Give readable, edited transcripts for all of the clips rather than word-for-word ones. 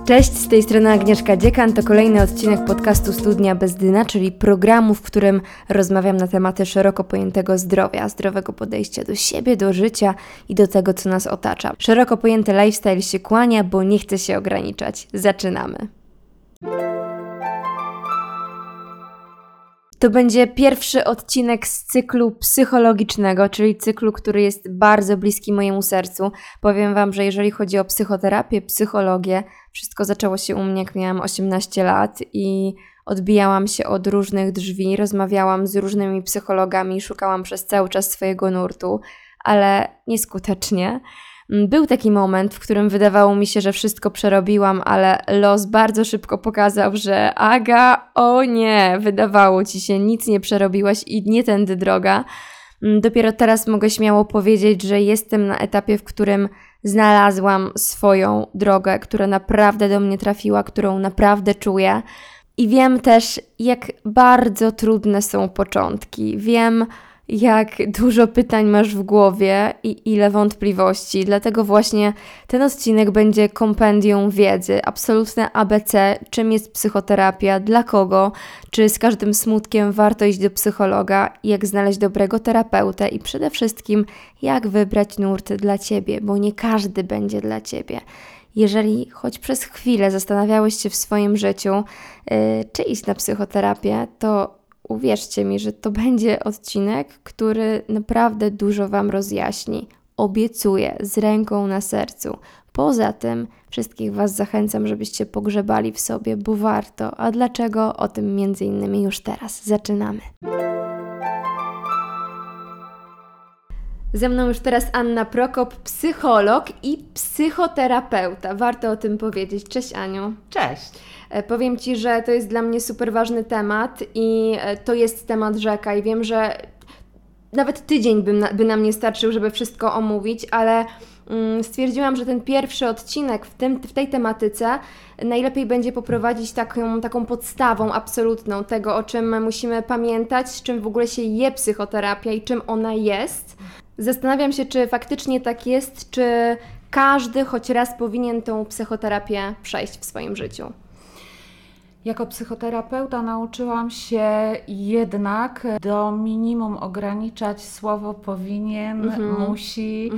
Cześć, z tej strony Agnieszka Dziekan, to kolejny odcinek podcastu Studnia bez dna, czyli programu, w którym rozmawiam na tematy szeroko pojętego zdrowia, zdrowego podejścia do siebie, do życia i do tego, co nas otacza. Szeroko pojęty lifestyle się kłania, bo nie chce się ograniczać. Zaczynamy. To będzie pierwszy odcinek z cyklu psychologicznego, czyli cyklu, który jest bardzo bliski mojemu sercu. Powiem Wam, że jeżeli chodzi o psychoterapię, psychologię, wszystko zaczęło się u mnie, jak miałam 18 lat i odbijałam się od różnych drzwi, rozmawiałam z różnymi psychologami, szukałam przez cały czas swojego nurtu, ale nieskutecznie. Był taki moment, w którym wydawało mi się, że wszystko przerobiłam, ale los bardzo szybko pokazał, że Aga, o nie, wydawało Ci się, nic nie przerobiłaś i nie tędy droga. Dopiero teraz mogę śmiało powiedzieć, że jestem na etapie, w którym znalazłam swoją drogę, która naprawdę do mnie trafiła, którą naprawdę czuję. I wiem też, jak bardzo trudne są początki. Wiem, jak dużo pytań masz w głowie i ile wątpliwości. Dlatego właśnie ten odcinek będzie kompendium wiedzy, absolutne ABC, czym jest psychoterapia, dla kogo, czy z każdym smutkiem warto iść do psychologa, jak znaleźć dobrego terapeutę i przede wszystkim jak wybrać nurt dla Ciebie, bo nie każdy będzie dla Ciebie. Jeżeli choć przez chwilę zastanawiałeś się w swoim życiu, czy iść na psychoterapię, to uwierzcie mi, że to będzie odcinek, który naprawdę dużo Wam rozjaśni. Obiecuję, z ręką na sercu. Poza tym wszystkich Was zachęcam, żebyście pogrzebali w sobie, bo warto. A dlaczego? O tym między innymi już teraz. Zaczynamy. Ze mną już teraz Anna Prokop, psycholog i psychoterapeuta. Warto o tym powiedzieć. Cześć Aniu. Cześć. Powiem Ci, że to jest dla mnie super ważny temat i to jest temat rzeka i wiem, że nawet tydzień by nam nie starczył, żeby wszystko omówić, ale stwierdziłam, że ten pierwszy odcinek w tej tematyce najlepiej będzie poprowadzić taką podstawą absolutną tego, o czym musimy pamiętać, z czym w ogóle się je psychoterapia i czym ona jest. Zastanawiam się, czy faktycznie tak jest, czy każdy choć raz powinien tą psychoterapię przejść w swoim życiu. Jako psychoterapeuta nauczyłam się jednak do minimum ograniczać słowo powinien, musi,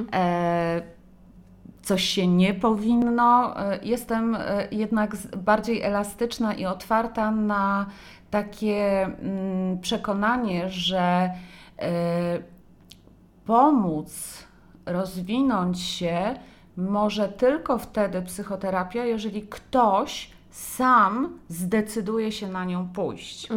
coś się nie powinno. Jestem jednak bardziej elastyczna i otwarta na takie przekonanie, że pomóc rozwinąć się może tylko wtedy psychoterapia, jeżeli ktoś sam zdecyduje się na nią pójść.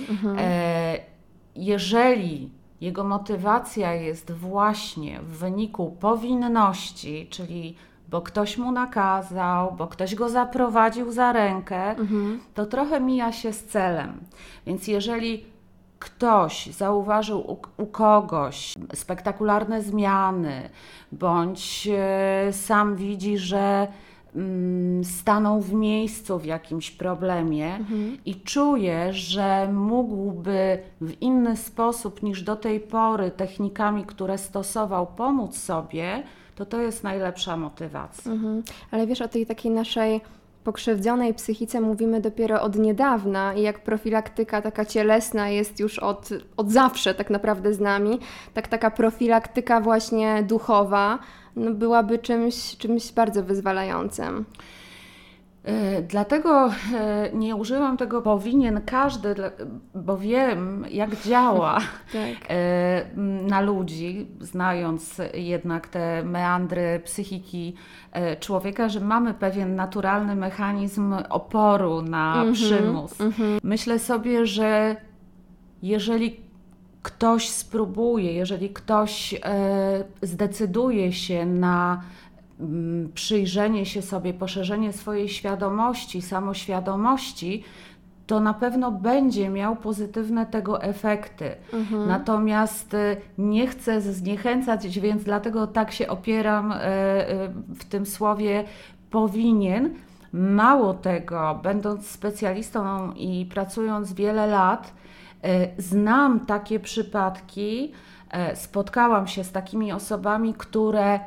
Jeżeli jego motywacja jest właśnie w wyniku powinności, czyli bo ktoś mu nakazał, bo ktoś go zaprowadził za rękę, to trochę mija się z celem. Więc jeżeli ktoś zauważył u kogoś spektakularne zmiany, bądź sam widzi, że stanął w miejscu w jakimś problemie i czuje, że mógłby w inny sposób niż do tej pory technikami, które stosował, pomóc sobie, to jest najlepsza motywacja. Ale wiesz, o tej takiej naszej pokrzywdzonej psychice mówimy dopiero od niedawna i jak profilaktyka taka cielesna jest już od zawsze tak naprawdę z nami, tak taka profilaktyka właśnie duchowa byłaby czymś bardzo wyzwalającym. Dlatego nie używam tego powinien każdy, bo wiem, jak działa tak. Na ludzi, znając jednak te meandry psychiki człowieka, że mamy pewien naturalny mechanizm oporu na przymus. Myślę sobie, że jeżeli ktoś spróbuje, jeżeli ktoś zdecyduje się na przyjrzenie się sobie, poszerzenie swojej świadomości, samoświadomości, to na pewno będzie miał pozytywne tego efekty. Natomiast nie chcę zniechęcać, więc dlatego tak się opieram w tym słowie powinien. Mało tego, będąc specjalistą i pracując wiele lat, znam takie przypadki, spotkałam się z takimi osobami, które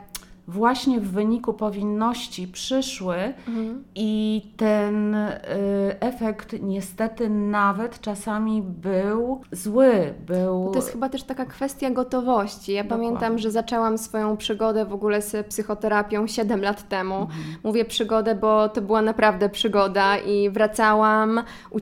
właśnie w wyniku powinności przyszły i ten efekt niestety nawet czasami był zły. To jest chyba też taka kwestia gotowości. Ja Dokładnie. pamiętam, że zaczęłam swoją przygodę w ogóle z psychoterapią 7 lat temu. Mówię przygodę, bo to była naprawdę przygoda i wracałam,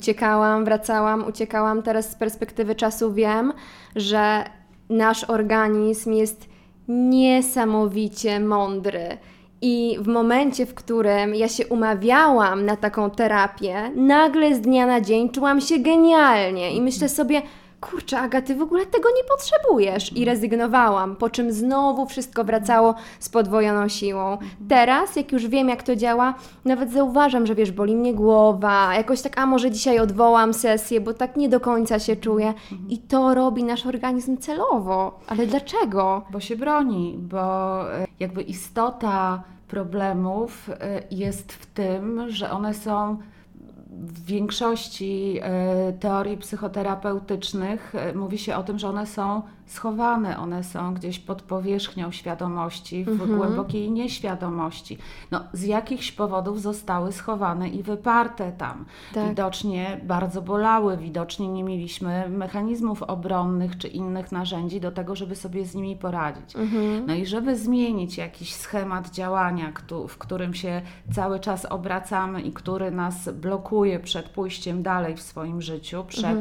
uciekałam. Teraz z perspektywy czasu wiem, że nasz organizm jest niesamowicie mądry. I w momencie, w którym ja się umawiałam na taką terapię, nagle z dnia na dzień czułam się genialnie i myślę sobie, kurczę, Aga, ty w ogóle tego nie potrzebujesz. I rezygnowałam, po czym znowu wszystko wracało z podwojoną siłą. Teraz, jak już wiem, jak to działa, nawet zauważam, że wiesz, boli mnie głowa, jakoś tak, a może dzisiaj odwołam sesję, bo tak nie do końca się czuję. I to robi nasz organizm celowo. Ale dlaczego? Bo się broni, bo jakby istota problemów jest w tym, że one są w większości teorii psychoterapeutycznych mówi się o tym, że one są schowane, one są gdzieś pod powierzchnią świadomości, w głębokiej nieświadomości. No, z jakichś powodów zostały schowane i wyparte tam. Tak. Widocznie bardzo bolały, widocznie nie mieliśmy mechanizmów obronnych czy innych narzędzi do tego, żeby sobie z nimi poradzić. No i żeby zmienić jakiś schemat działania, w którym się cały czas obracamy i który nas blokuje przed pójściem dalej w swoim życiu, przed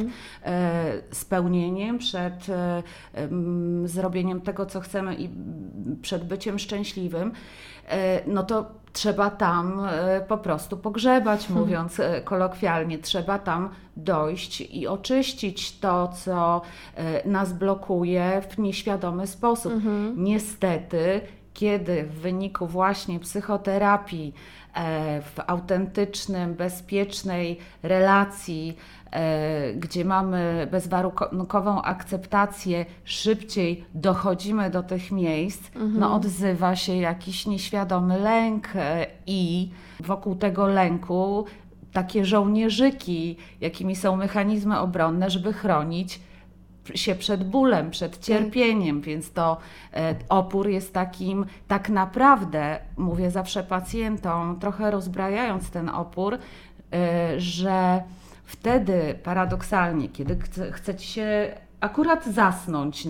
spełnieniem, przed zrobieniem tego, co chcemy i przed byciem szczęśliwym, no to trzeba tam po prostu pogrzebać, mówiąc kolokwialnie. Trzeba tam dojść i oczyścić to, co nas blokuje w nieświadomy sposób. Niestety, kiedy w wyniku właśnie psychoterapii, w autentycznym, bezpiecznej relacji, gdzie mamy bezwarunkową akceptację, szybciej dochodzimy do tych miejsc, no odzywa się jakiś nieświadomy lęk i wokół tego lęku takie żołnierzyki, jakimi są mechanizmy obronne, żeby chronić się przed bólem, przed cierpieniem, więc to opór jest takim, tak naprawdę, mówię zawsze pacjentom, trochę rozbrajając ten opór, że wtedy paradoksalnie, kiedy chce ci się akurat zasnąć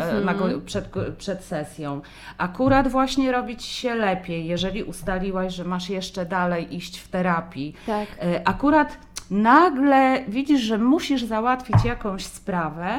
przed sesją, akurat właśnie robić się lepiej, jeżeli ustaliłaś, że masz jeszcze dalej iść w terapii, Tak. akurat nagle widzisz, że musisz załatwić jakąś sprawę,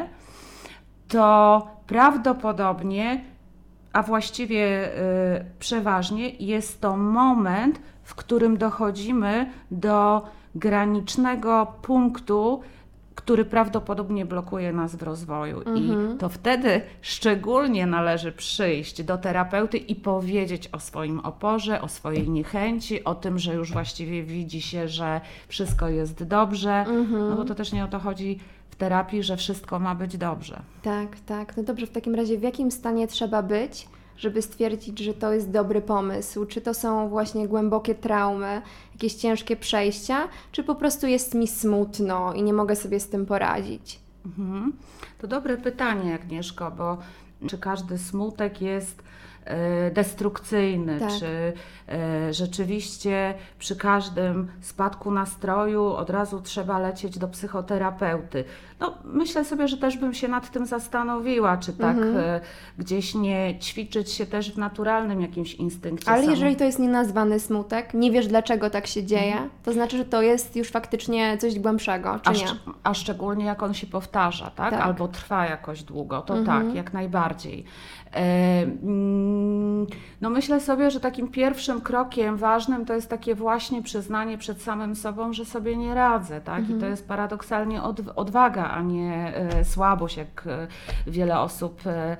to prawdopodobnie, a właściwie przeważnie jest to moment, w którym dochodzimy do granicznego punktu, który prawdopodobnie blokuje nas w rozwoju. I to wtedy szczególnie należy przyjść do terapeuty i powiedzieć o swoim oporze, o swojej niechęci, o tym, że już właściwie widzi się, że wszystko jest dobrze, no bo to też nie o to chodzi w terapii, że wszystko ma być dobrze. Tak, tak. No dobrze, w takim razie w jakim stanie trzeba być, żeby stwierdzić, że to jest dobry pomysł? Czy to są właśnie głębokie traumy, jakieś ciężkie przejścia, czy po prostu jest mi smutno i nie mogę sobie z tym poradzić? To dobre pytanie, Agnieszko, bo czy każdy smutek jest destrukcyjny, Tak. czy rzeczywiście przy każdym spadku nastroju od razu trzeba lecieć do psychoterapeuty. No, myślę sobie, że też bym się nad tym zastanowiła, czy tak gdzieś nie ćwiczyć się też w naturalnym jakimś instynkcie. Ale jeżeli to jest nienazwany smutek, nie wiesz dlaczego tak się dzieje, to znaczy, że to jest już faktycznie coś głębszego, czy nie? A szczególnie jak on się powtarza, tak? Tak. Albo trwa jakoś długo, to tak, jak najbardziej. No myślę sobie, że takim pierwszym krokiem ważnym to jest takie właśnie przyznanie przed samym sobą, że sobie nie radzę, tak? I to jest paradoksalnie odwaga, a nie słabość, jak wiele osób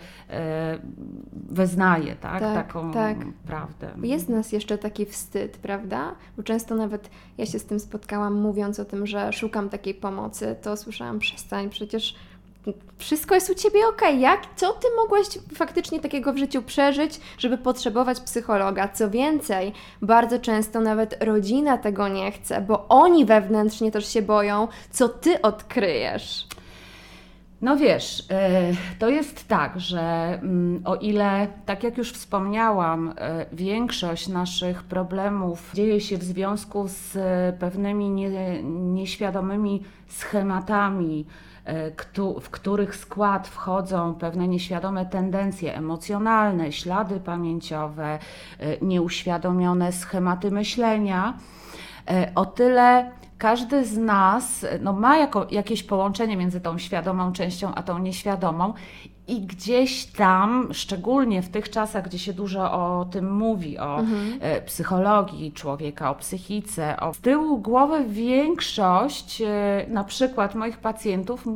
wyznaje, tak? Taką prawdę. Jest w nas jeszcze taki wstyd, prawda? Bo często nawet ja się z tym spotkałam, mówiąc o tym, że szukam takiej pomocy, to słyszałam, przestań, przecież wszystko jest u Ciebie okej. Co Ty mogłaś faktycznie takiego w życiu przeżyć, żeby potrzebować psychologa? Co więcej, bardzo często nawet rodzina tego nie chce, bo oni wewnętrznie też się boją, co Ty odkryjesz. No wiesz, to jest tak, że o ile, tak jak już wspomniałam, większość naszych problemów dzieje się w związku z pewnymi nieświadomymi schematami, w których skład wchodzą pewne nieświadome tendencje emocjonalne, ślady pamięciowe, nieuświadomione schematy myślenia, o tyle każdy z nas ma jakieś połączenie między tą świadomą częścią a tą nieświadomą i gdzieś tam, szczególnie w tych czasach, gdzie się dużo o tym mówi, o psychologii człowieka, o psychice, z tyłu głowy większość na przykład moich pacjentów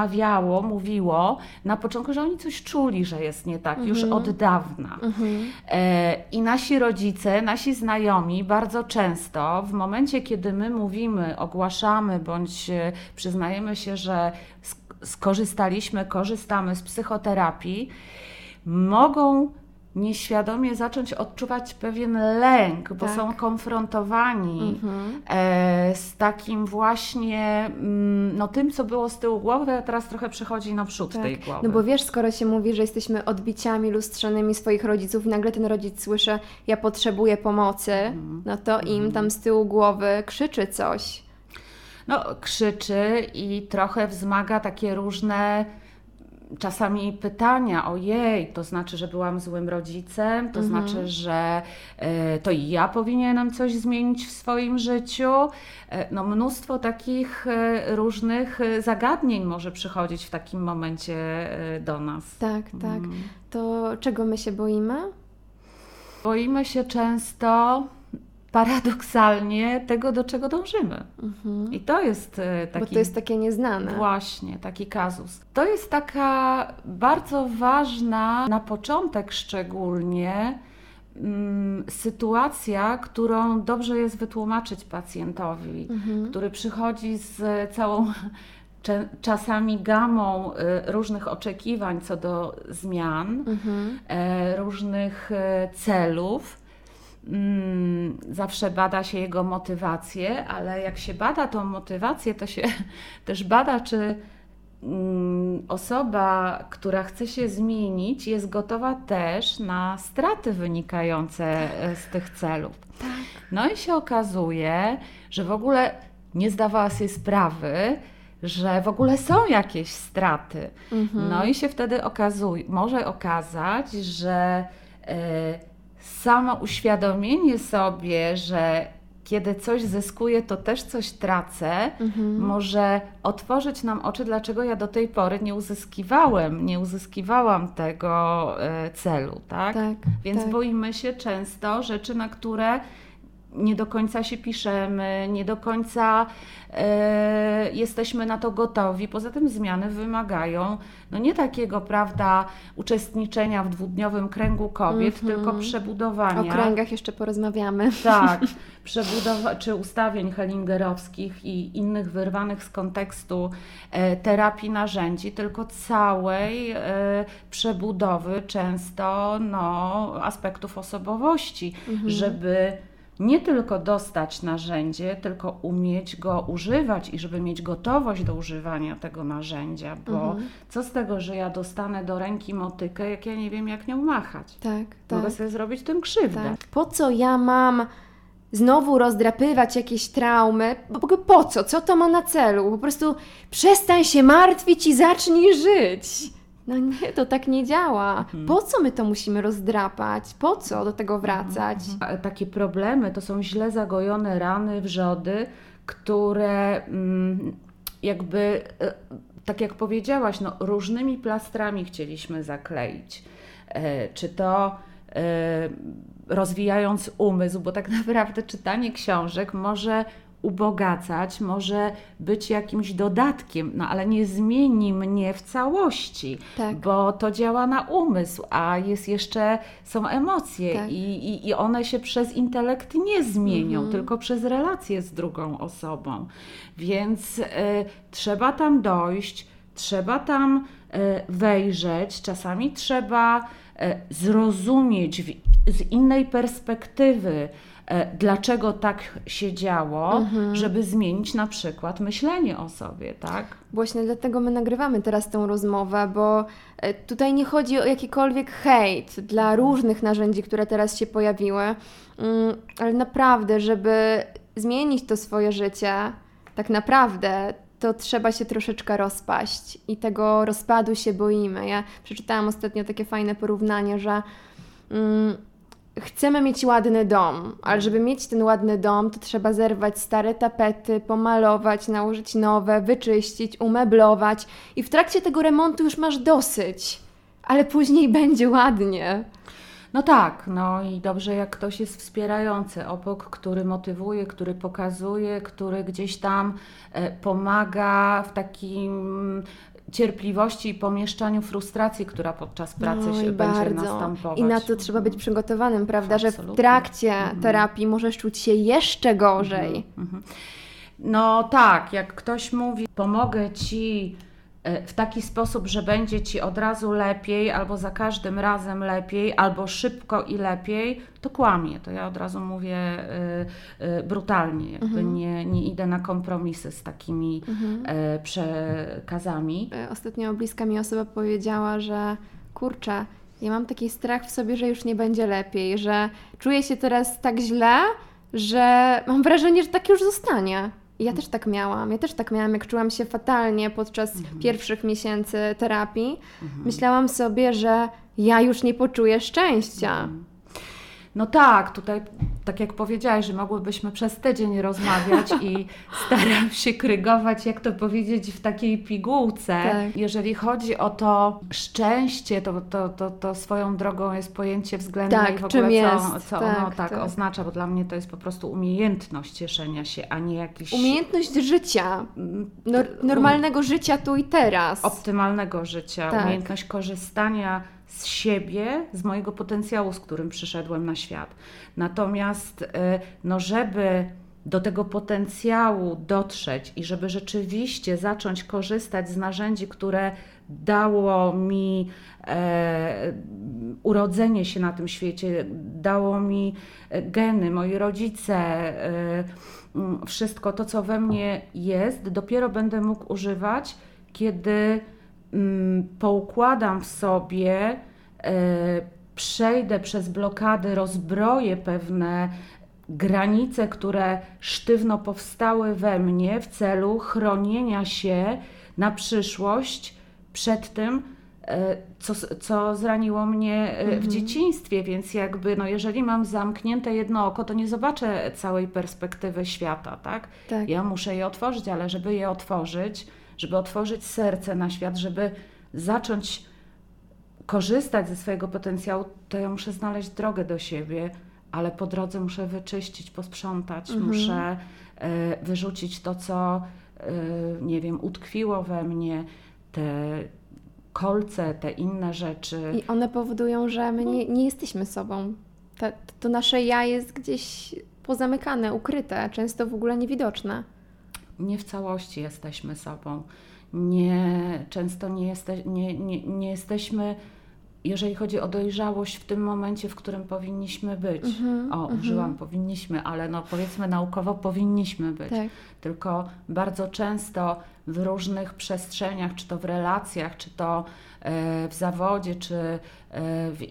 mówiło na początku, że oni coś czuli, że jest nie tak już od dawna. I nasi rodzice, nasi znajomi bardzo często w momencie, kiedy my mówimy, ogłaszamy bądź przyznajemy się, że korzystamy z psychoterapii, mogą nieświadomie zacząć odczuwać pewien lęk, bo są konfrontowani z takim właśnie tym, co było z tyłu głowy, a teraz trochę przychodzi naprzód tej głowy. No bo wiesz, skoro się mówi, że jesteśmy odbiciami lustrzanymi swoich rodziców i nagle ten rodzic słyszy, ja potrzebuję pomocy, no to im tam z tyłu głowy krzyczy coś. No, krzyczy i trochę wzmaga takie różne czasami pytania, ojej, to znaczy, że byłam złym rodzicem, to znaczy, że to i ja powinienem coś zmienić w swoim życiu. No, mnóstwo takich różnych zagadnień może przychodzić w takim momencie do nas. Tak. To czego my się boimy? Boimy się często paradoksalnie tego, do czego dążymy. I to jest taki... Bo to jest takie nieznane. Właśnie, taki kazus. To jest taka bardzo ważna, na początek szczególnie, sytuacja, którą dobrze jest wytłumaczyć pacjentowi, który przychodzi z całą czasami gamą różnych oczekiwań co do zmian, różnych celów. Zawsze bada się jego motywację, ale jak się bada tą motywację, to się też bada, czy osoba, która chce się zmienić, jest gotowa też na straty wynikające z tych celów. Tak. No i się okazuje, że w ogóle nie zdawała sobie sprawy, że w ogóle są jakieś straty. No i się wtedy może okazać, że samo uświadomienie sobie, że kiedy coś zyskuję, to też coś tracę, może otworzyć nam oczy, dlaczego ja do tej pory nie uzyskiwałam tego celu, tak? Więc boimy się często rzeczy, na które nie do końca się piszemy, nie do końca jesteśmy na to gotowi. Poza tym zmiany wymagają nie takiego, prawda, uczestniczenia w dwudniowym kręgu kobiet, tylko przebudowania. O kręgach jeszcze porozmawiamy. Tak, czy ustawień hellingerowskich i innych wyrwanych z kontekstu terapii narzędzi, tylko całej przebudowy często aspektów osobowości, żeby nie tylko dostać narzędzie, tylko umieć go używać i żeby mieć gotowość do używania tego narzędzia, bo co z tego, że ja dostanę do ręki motykę, jak ja nie wiem, jak nią machać. Mogę sobie zrobić tym krzywdę. Po co ja mam znowu rozdrapywać jakieś traumy? Po co? Co to ma na celu? Po prostu przestań się martwić i zacznij żyć. No nie, to tak nie działa. Po co my to musimy rozdrapać? Po co do tego wracać? Takie problemy to są źle zagojone rany, wrzody, które jakby, tak jak powiedziałaś, różnymi plastrami chcieliśmy zakleić. Czy to rozwijając umysł, bo tak naprawdę czytanie książek może ubogacać, może być jakimś dodatkiem, ale nie zmieni mnie w całości, bo to działa na umysł, a są emocje i one się przez intelekt nie zmienią, tylko przez relacje z drugą osobą. Więc trzeba tam dojść, trzeba tam wejrzeć, czasami trzeba zrozumieć z innej perspektywy dlaczego tak się działo, żeby zmienić na przykład myślenie o sobie, tak? Właśnie dlatego my nagrywamy teraz tę rozmowę, bo tutaj nie chodzi o jakikolwiek hejt dla różnych narzędzi, które teraz się pojawiły, ale naprawdę, żeby zmienić to swoje życie, tak naprawdę to trzeba się troszeczkę rozpaść i tego rozpadu się boimy. Ja przeczytałam ostatnio takie fajne porównanie, że chcemy mieć ładny dom, ale żeby mieć ten ładny dom, to trzeba zerwać stare tapety, pomalować, nałożyć nowe, wyczyścić, umeblować i w trakcie tego remontu już masz dosyć, ale później będzie ładnie. No tak, no i dobrze jak ktoś jest wspierający obok, który motywuje, który pokazuje, który gdzieś tam pomaga w takim cierpliwości i pomieszczaniu frustracji, która podczas pracy się będzie następować. I na to trzeba być przygotowanym, prawda, Absolutnie. że w trakcie terapii możesz czuć się jeszcze gorzej. No tak, jak ktoś mówi, pomogę Ci w taki sposób, że będzie Ci od razu lepiej, albo za każdym razem lepiej, albo szybko i lepiej, to kłamie. To ja od razu mówię brutalnie, jakby nie idę na kompromisy z takimi przekazami. Ostatnio bliska mi osoba powiedziała, że kurczę, ja mam taki strach w sobie, że już nie będzie lepiej, że czuję się teraz tak źle, że mam wrażenie, że tak już zostanie. I ja też tak miałam. Ja też tak miałam, jak czułam się fatalnie podczas pierwszych miesięcy terapii. Myślałam sobie, że ja już nie poczuję szczęścia. No tak, tutaj tak jak powiedziałaś, że mogłybyśmy przez tydzień rozmawiać i staram się krygować, jak to powiedzieć, w takiej pigułce. Tak. Jeżeli chodzi o to szczęście, to swoją drogą jest pojęcie względne tak, i w ogóle czym jest. co ono tak oznacza, bo dla mnie to jest po prostu umiejętność cieszenia się, a nie jakiś... Umiejętność życia, normalnego życia tu i teraz. Optymalnego życia, tak. Umiejętność korzystania z siebie, z mojego potencjału, z którym przyszedłem na świat. Natomiast, no żeby do tego potencjału dotrzeć i żeby rzeczywiście zacząć korzystać z narzędzi, które dało mi urodzenie się na tym świecie, dało mi geny, moi rodzice, wszystko to, co we mnie jest, dopiero będę mógł używać, kiedy poukładam w sobie, przejdę przez blokady, rozbroję pewne granice, które sztywno powstały we mnie w celu chronienia się na przyszłość przed tym, co zraniło mnie w dzieciństwie, więc jakby, no jeżeli mam zamknięte jedno oko, to nie zobaczę całej perspektywy świata, tak? Tak. Ja muszę je otworzyć, ale żeby je otworzyć, żeby otworzyć serce na świat, żeby zacząć korzystać ze swojego potencjału, to ja muszę znaleźć drogę do siebie, ale po drodze muszę wyczyścić, posprzątać, muszę wyrzucić to, co, nie wiem, utkwiło we mnie, te kolce, te inne rzeczy. I one powodują, że my nie jesteśmy sobą. To nasze ja jest gdzieś pozamykane, ukryte, często w ogóle niewidoczne. Nie w całości jesteśmy sobą. Często nie jesteśmy, jeżeli chodzi o dojrzałość, w tym momencie, w którym powinniśmy być. Użyłam powinniśmy, ale no powiedzmy naukowo powinniśmy być. Tak. Tylko bardzo często w różnych przestrzeniach, czy to w relacjach, czy to w zawodzie, czy w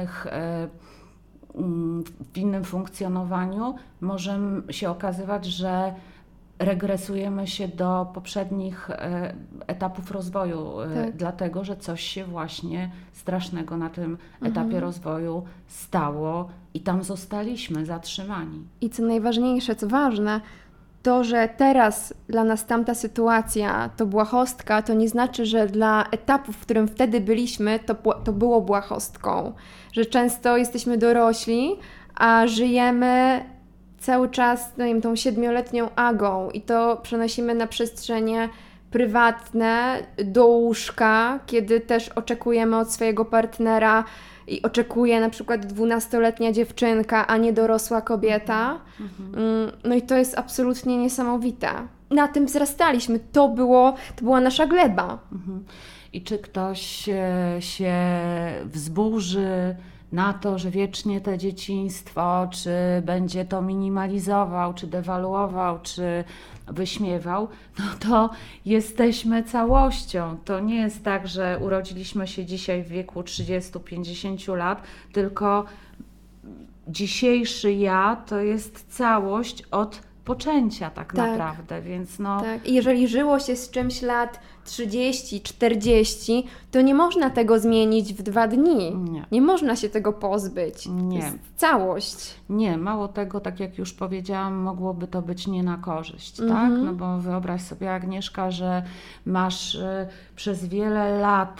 innym funkcjonowaniu może się okazywać, że regresujemy się do poprzednich etapów rozwoju, dlatego że coś się właśnie strasznego na tym etapie rozwoju stało i tam zostaliśmy zatrzymani. I co najważniejsze, co ważne, to, że teraz dla nas tamta sytuacja to błahostka, to nie znaczy, że dla etapu, w którym wtedy byliśmy, to było błahostką. Że często jesteśmy dorośli, a żyjemy cały czas, no nie wiem, tą 7-letnią Agą i to przenosimy na przestrzenie prywatne, do łóżka, kiedy też oczekujemy od swojego partnera i oczekuje na przykład 12-letnia dziewczynka, a nie dorosła kobieta. No i to jest absolutnie niesamowite. Na tym wzrastaliśmy. To była nasza gleba. I czy ktoś się wzburzy na to, że wiecznie to dzieciństwo, czy będzie to minimalizował, czy dewaluował, czy wyśmiewał, no to jesteśmy całością. To nie jest tak, że urodziliśmy się dzisiaj w wieku 30-50 lat, tylko dzisiejszy ja to jest całość od poczęcia tak naprawdę, więc no... Tak, i jeżeli żyło się z czymś lat 30, 40, to nie można tego zmienić w 2 dni. Nie można się tego pozbyć. Nie. To jest całość. Nie, mało tego, tak jak już powiedziałam, mogłoby to być nie na korzyść, tak? No bo wyobraź sobie, Agnieszka, że masz przez wiele lat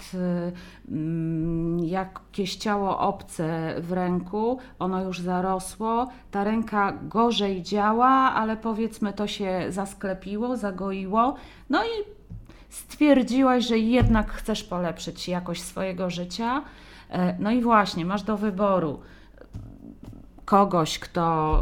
jakieś ciało obce w ręku, ono już zarosło, ta ręka gorzej działa, ale powiedzmy to się zasklepiło, zagoiło, no i stwierdziłaś, że jednak chcesz polepszyć jakość swojego życia, no i właśnie, masz do wyboru kogoś, kto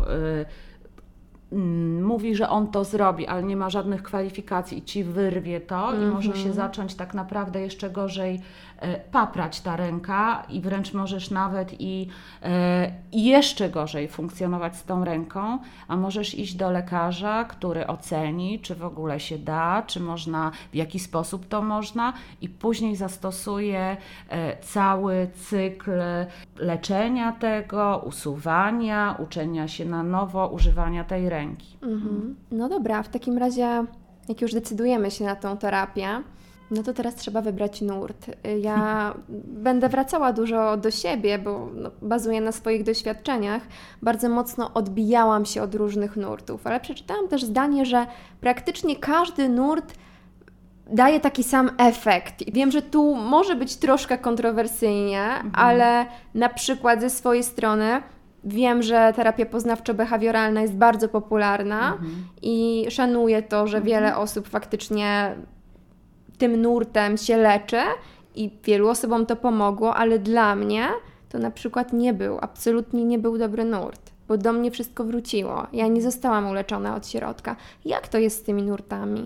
mówi, że on to zrobi, ale nie ma żadnych kwalifikacji i ci wyrwie to i może się zacząć tak naprawdę jeszcze gorzej paprać ta ręka i wręcz możesz nawet i jeszcze gorzej funkcjonować z tą ręką, a możesz iść do lekarza, który oceni, czy w ogóle się da, czy można, w jaki sposób to można i później zastosuje cały cykl leczenia tego, usuwania, uczenia się na nowo, używania tej ręki. No dobra, w takim razie jak już decydujemy się na tą terapię, no to teraz trzeba wybrać nurt. Ja będę wracała dużo do siebie, bo bazuję na swoich doświadczeniach. Bardzo mocno odbijałam się od różnych nurtów, ale przeczytałam też zdanie, że praktycznie każdy nurt daje taki sam efekt. I wiem, że tu może być troszkę kontrowersyjnie, ale na przykład ze swojej strony wiem, że terapia poznawczo-behawioralna jest bardzo popularna i szanuję to, że wiele osób faktycznie tym nurtem się leczy i wielu osobom to pomogło, ale dla mnie to na przykład absolutnie nie był dobry nurt, bo do mnie wszystko wróciło. Ja nie zostałam uleczona od środka. Jak to jest z tymi nurtami?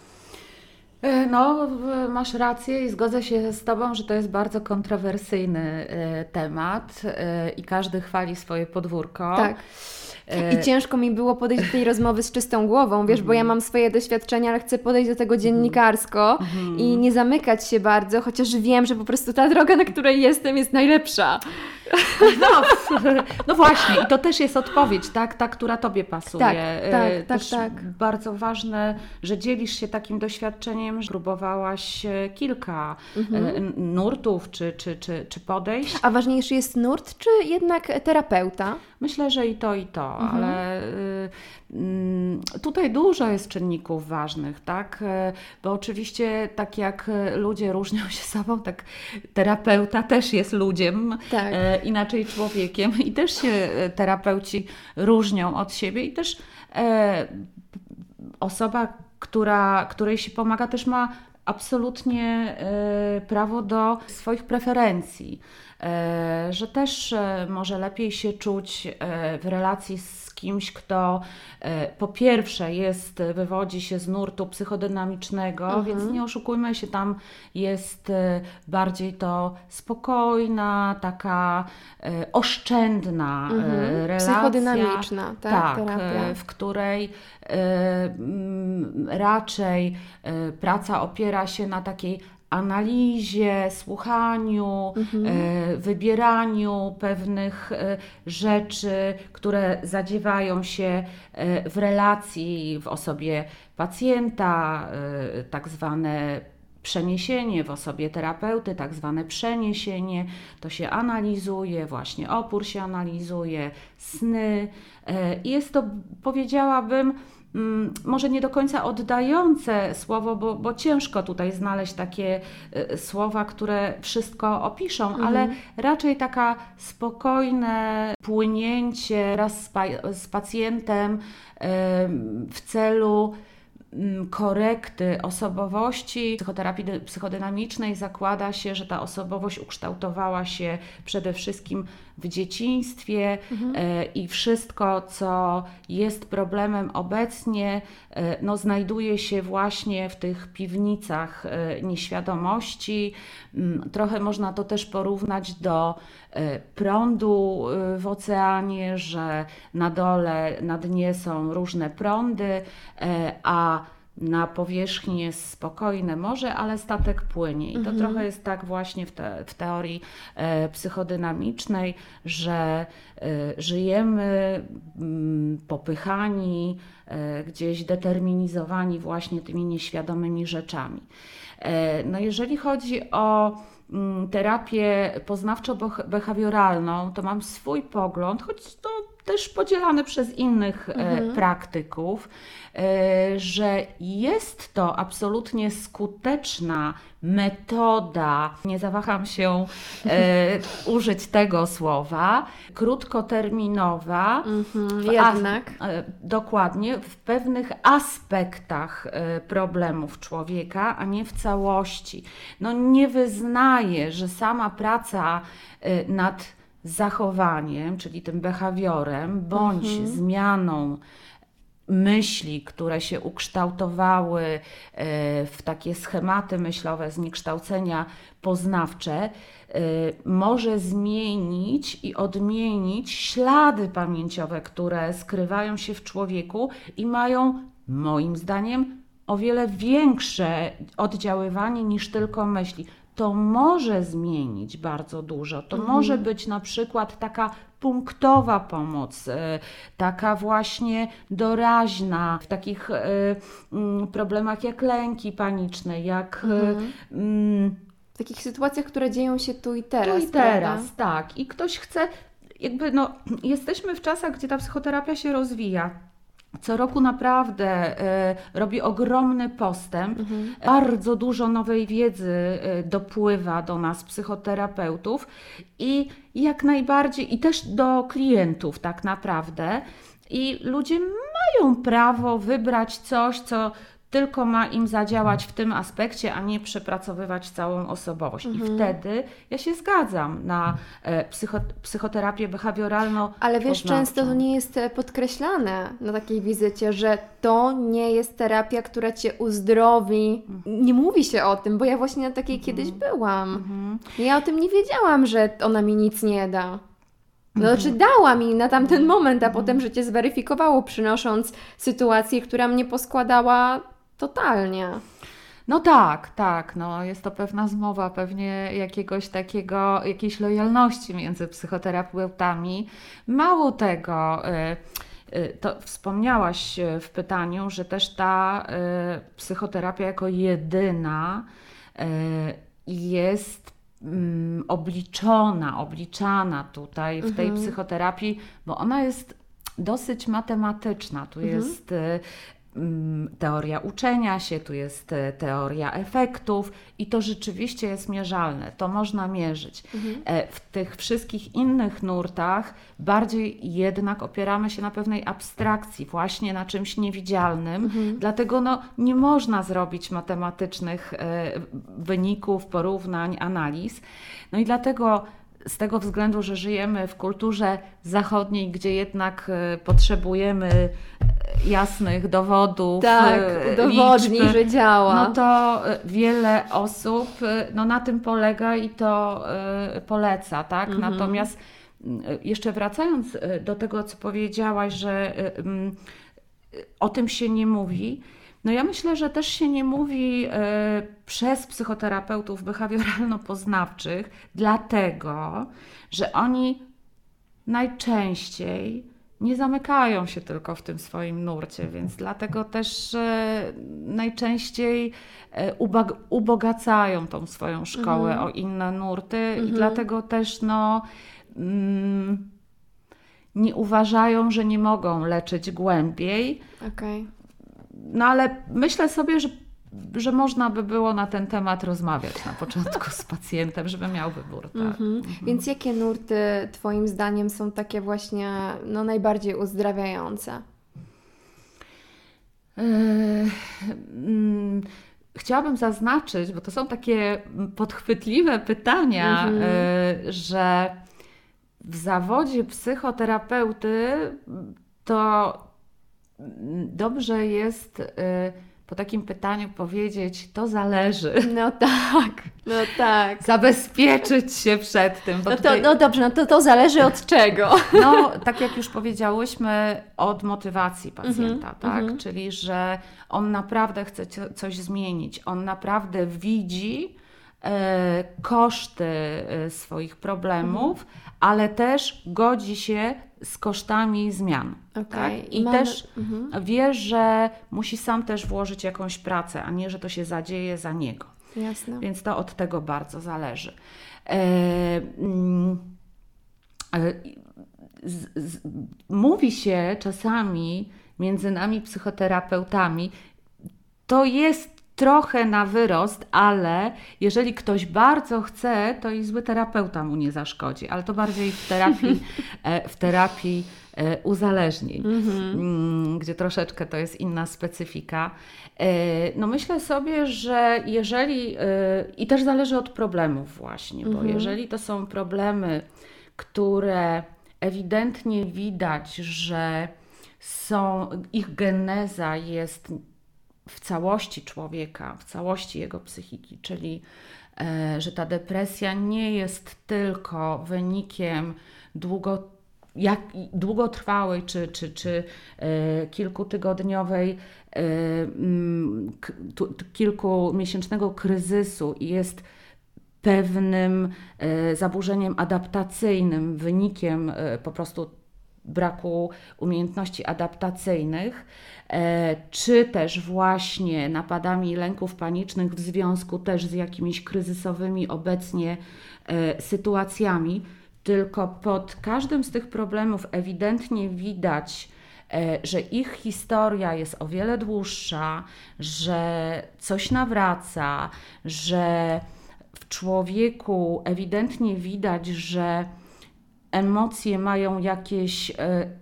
No, masz rację i zgodzę się z Tobą, że to jest bardzo kontrowersyjny temat i każdy chwali swoje podwórko. Tak. I ciężko mi było podejść do tej rozmowy z czystą głową, wiesz, bo ja mam swoje doświadczenia, ale chcę podejść do tego dziennikarsko i nie zamykać się bardzo, chociaż wiem, że po prostu ta droga, na której jestem, jest najlepsza. No właśnie, i to też jest odpowiedź, tak? Ta, która Tobie pasuje. Tak. Bardzo ważne, że dzielisz się takim doświadczeniem, że próbowałaś kilka nurtów czy podejść. A ważniejszy jest nurt, czy jednak terapeuta? Myślę, że i to, ale tutaj dużo jest czynników ważnych, tak? Bo oczywiście tak jak ludzie różnią się sobą, tak terapeuta też jest ludziem, inaczej człowiekiem i też się terapeuci różnią od siebie i też osoba, której się pomaga, też ma absolutnie prawo do swoich preferencji, że też może lepiej się czuć w relacji z kimś, kto po pierwsze wywodzi się z nurtu psychodynamicznego, więc nie oszukujmy się, tam jest bardziej to spokojna, taka oszczędna relacja. Psychodynamiczna, tak, terapia. W której raczej praca opiera się na takiej analizie, słuchaniu, wybieraniu pewnych rzeczy, które zadziewają się w relacji w osobie pacjenta, tak zwane przeniesienie, w osobie terapeuty, tak zwane przeniesienie, to się analizuje, właśnie opór się analizuje, sny. Jest to, powiedziałabym, może nie do końca oddające słowo, bo ciężko tutaj znaleźć takie słowa, które wszystko opiszą, ale raczej taka spokojne płynięcie wraz z pacjentem w celu korekty osobowości psychoterapii psychodynamicznej zakłada się, że ta osobowość ukształtowała się przede wszystkim w dzieciństwie i wszystko, co jest problemem obecnie, no, znajduje się właśnie w tych piwnicach nieświadomości. Trochę można to też porównać do prądu w oceanie, że na dole, na dnie są różne prądy, a na powierzchni jest spokojne morze, ale statek płynie. I to trochę jest tak właśnie w teorii psychodynamicznej, że żyjemy popychani, gdzieś determinizowani właśnie tymi nieświadomymi rzeczami. No jeżeli chodzi o terapię poznawczo-behawioralną, to mam swój pogląd, choć to też podzielany przez innych praktyków, że jest to absolutnie skuteczna metoda, nie zawaham się użyć tego słowa, krótkoterminowa, jednak. Dokładnie, w pewnych aspektach problemów człowieka, a nie w całości. No nie wyznaję, że sama praca nad zachowaniem, czyli tym behawiorem, bądź zmianą myśli, które się ukształtowały w takie schematy myślowe, zniekształcenia poznawcze, może zmienić i odmienić ślady pamięciowe, które skrywają się w człowieku i mają, moim zdaniem, o wiele większe oddziaływanie niż tylko myśli. To może zmienić bardzo dużo. To może być na przykład taka punktowa pomoc, taka właśnie doraźna, w takich problemach jak lęki paniczne, jak... W takich sytuacjach, które dzieją się tu i teraz. Tu i teraz, prawda? tak. I ktoś chce, jakby no, jesteśmy w czasach, gdzie ta psychoterapia się rozwija. Co roku naprawdę robi ogromny postęp. Bardzo dużo nowej wiedzy dopływa do nas, psychoterapeutów, i jak najbardziej, i też do klientów tak naprawdę. I ludzie mają prawo wybrać coś, co tylko ma im zadziałać w tym aspekcie, a nie przepracowywać całą osobowość. I wtedy ja się zgadzam na psychoterapię behawioralną. Ale wiesz, często to nie jest podkreślane na takiej wizycie, że to nie jest terapia, która cię uzdrowi. Nie mówi się o tym, bo ja właśnie na takiej kiedyś byłam. Ja o tym nie wiedziałam, że ona mi nic nie da. No, znaczy dała mi na tamten moment, a potem życie zweryfikowało, przynosząc sytuację, która mnie poskładała totalnie. No tak, no jest to pewna zmowa, pewnie jakiejś lojalności między psychoterapeutami. Mało tego, to wspomniałaś w pytaniu, że też ta psychoterapia jako jedyna jest obliczana tutaj w tej psychoterapii, bo ona jest dosyć matematyczna. Tu jest teoria uczenia się, tu jest teoria efektów i to rzeczywiście jest mierzalne, to można mierzyć. W tych wszystkich innych nurtach bardziej jednak opieramy się na pewnej abstrakcji, właśnie na czymś niewidzialnym, dlatego no, nie można zrobić matematycznych wyników, porównań, analiz. No i dlatego z tego względu, że żyjemy w kulturze zachodniej, gdzie jednak potrzebujemy jasnych dowodów, tak, udowodni, liczb, że działa. no to wiele osób no, na tym polega i to poleca, tak? Natomiast jeszcze wracając do tego, co powiedziałaś, że o tym się nie mówi, no ja myślę, że też się nie mówi przez psychoterapeutów behawioralno-poznawczych, dlatego, że oni najczęściej nie zamykają się tylko w tym swoim nurcie, więc dlatego też najczęściej ubogacają tą swoją szkołę o inne nurty i dlatego też no, nie uważają, że nie mogą leczyć głębiej. Okej. No ale myślę sobie, że można by było na ten temat rozmawiać na początku z pacjentem, żeby miał wybór. Tak. Więc jakie nurty Twoim zdaniem są takie właśnie no, najbardziej uzdrawiające? Chciałabym zaznaczyć, bo to są takie podchwytliwe pytania, że w zawodzie psychoterapeuty to dobrze jest po takim pytaniu powiedzieć, to zależy. No tak. Zabezpieczyć się przed tym. Bo No dobrze, to zależy od czego. No, tak jak już powiedziałyśmy, od motywacji pacjenta, tak? Czyli, że on naprawdę chce coś zmienić, on naprawdę widzi koszty swoich problemów, ale też godzi się z kosztami zmian. Tak? I też wie, że musi sam też włożyć jakąś pracę, a nie, że to się zadzieje za niego. Jasne. Więc to od tego bardzo zależy. Mówi się czasami między nami psychoterapeutami, to jest trochę na wyrost, ale jeżeli ktoś bardzo chce, to i zły terapeuta mu nie zaszkodzi, ale to bardziej w terapii uzależnień, gdzie troszeczkę to jest inna specyfika. No myślę sobie, że jeżeli, i też zależy od problemów właśnie, bo jeżeli to są problemy, które ewidentnie widać, że ich geneza jest w całości człowieka, w całości jego psychiki, czyli że ta depresja nie jest tylko wynikiem długotrwałej czy kilkutygodniowej, kilkumiesięcznego kryzysu i jest pewnym zaburzeniem adaptacyjnym, wynikiem po prostu braku umiejętności adaptacyjnych, czy też właśnie napadami lęków panicznych w związku też z jakimiś kryzysowymi obecnie sytuacjami, tylko pod każdym z tych problemów ewidentnie widać, że ich historia jest o wiele dłuższa, że coś nawraca, że w człowieku ewidentnie widać, że emocje mają jakieś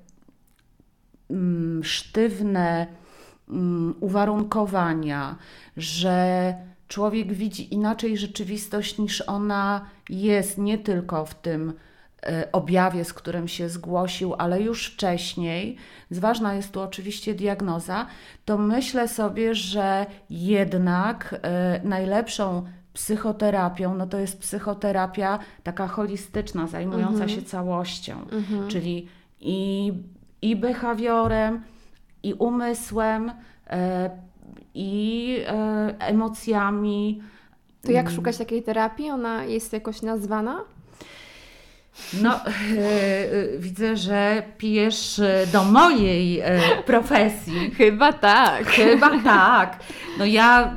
sztywne uwarunkowania, że człowiek widzi inaczej rzeczywistość niż ona jest, nie tylko w tym objawie, z którym się zgłosił, ale już wcześniej. Ważna jest tu oczywiście diagnoza. To myślę sobie, że jednak najlepszą psychoterapią, no to jest psychoterapia taka holistyczna, zajmująca się całością, czyli i behawiorem, i umysłem, i emocjami. To jak szukać takiej terapii? Ona jest jakoś nazwana? No, widzę, że pijesz do mojej profesji. Chyba tak. Chyba tak. No ja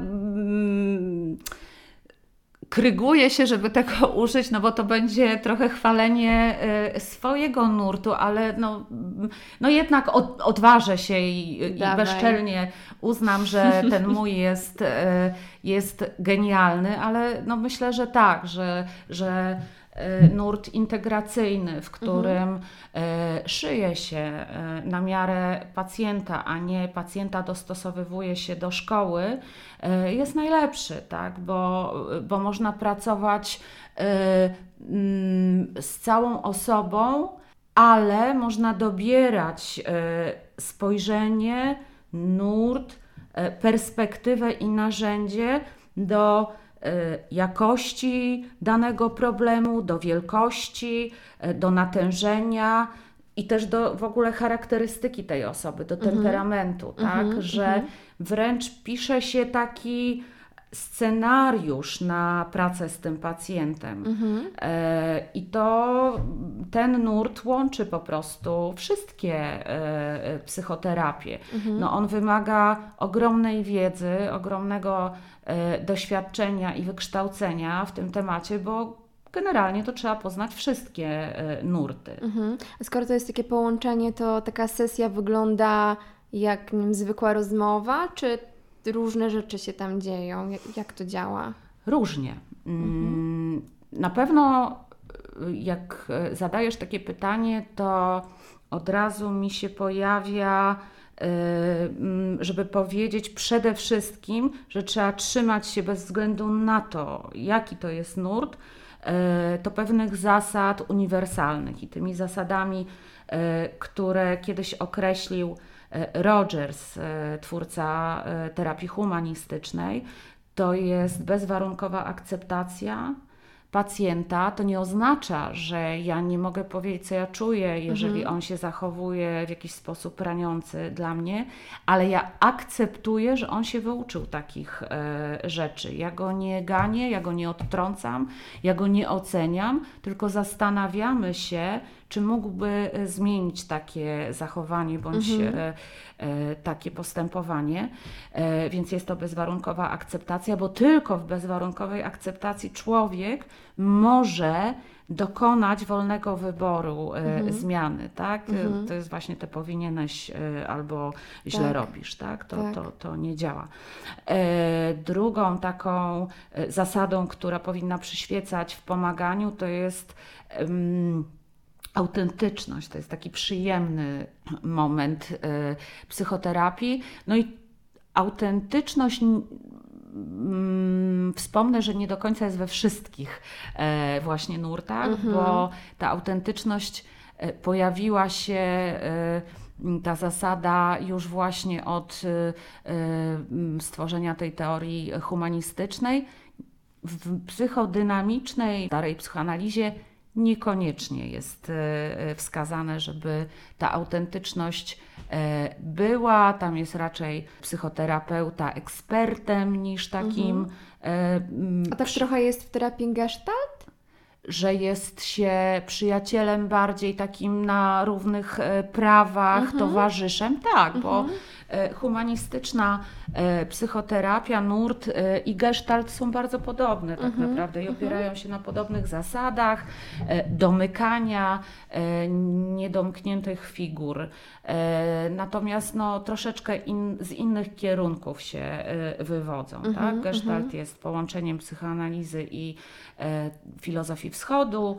kryguję się, żeby tego użyć, no bo to będzie trochę chwalenie swojego nurtu, ale no jednak odważę się i bezczelnie uznam, że ten mój jest genialny, ale no myślę, że tak, że nurt integracyjny, w którym szyje się na miarę pacjenta, a nie pacjenta dostosowywuje się do szkoły, jest najlepszy, tak? Bo można pracować z całą osobą, ale można dobierać spojrzenie, nurt, perspektywę i narzędzie do jakości danego problemu, do wielkości, do natężenia i też do w ogóle charakterystyki tej osoby, do temperamentu, tak? Że wręcz pisze się taki scenariusz na pracę z tym pacjentem. I ten nurt łączy po prostu wszystkie psychoterapie. No, on wymaga ogromnej wiedzy, ogromnego doświadczenia i wykształcenia w tym temacie, bo generalnie to trzeba poznać wszystkie nurty. A skoro to jest takie połączenie, to taka sesja wygląda jak, nie wiem, zwykła rozmowa, czy różne rzeczy się tam dzieją? Jak to działa? Różnie. Na pewno jak zadajesz takie pytanie, to od razu mi się pojawia żeby powiedzieć przede wszystkim, że trzeba trzymać się bez względu na to, jaki to jest nurt, to pewnych zasad uniwersalnych. I tymi zasadami, które kiedyś określił Rogers, twórca terapii humanistycznej, to jest bezwarunkowa akceptacja pacjenta. To nie oznacza, że ja nie mogę powiedzieć, co ja czuję, jeżeli on się zachowuje w jakiś sposób raniący dla mnie, ale ja akceptuję, że on się wyuczył takich rzeczy. Ja go nie ganię, ja go nie odtrącam, ja go nie oceniam, tylko zastanawiamy się, czy mógłby zmienić takie zachowanie bądź takie postępowanie. Więc jest to bezwarunkowa akceptacja, bo tylko w bezwarunkowej akceptacji człowiek może dokonać wolnego wyboru zmiany, tak? To jest właśnie te powinieneś albo źle robisz, tak? To nie działa. Drugą taką zasadą, która powinna przyświecać w pomaganiu, to jest autentyczność. To jest taki przyjemny moment psychoterapii. No i autentyczność, wspomnę, że nie do końca jest we wszystkich właśnie nurtach, bo ta autentyczność pojawiła się, ta zasada już właśnie od stworzenia tej teorii humanistycznej. W psychodynamicznej, starej psychoanalizie niekoniecznie jest wskazane, żeby ta autentyczność była. Tam jest raczej psychoterapeuta ekspertem niż takim. A tak trochę jest w terapii Gestalt? Że jest się przyjacielem bardziej takim na równych prawach, towarzyszem, tak, bo humanistyczna psychoterapia, nurt i gestalt są bardzo podobne tak naprawdę i opierają się na podobnych zasadach domykania niedomkniętych figur. Natomiast no, troszeczkę z innych kierunków się wywodzą. Tak? Gestalt jest połączeniem psychoanalizy i filozofii wschodu.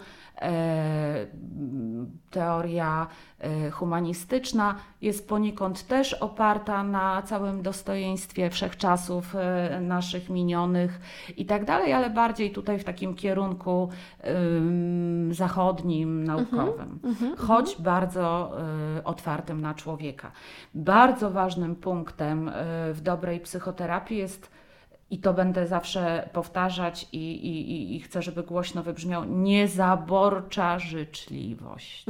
Teoria humanistyczna jest poniekąd też oparta na całym dostojeństwie wszechczasów naszych minionych i tak dalej, ale bardziej tutaj w takim kierunku zachodnim, naukowym, choć bardzo otwartym na człowieka. Bardzo ważnym punktem w dobrej psychoterapii jest, i to będę zawsze powtarzać i chcę, żeby głośno wybrzmiał, niezaborcza życzliwość.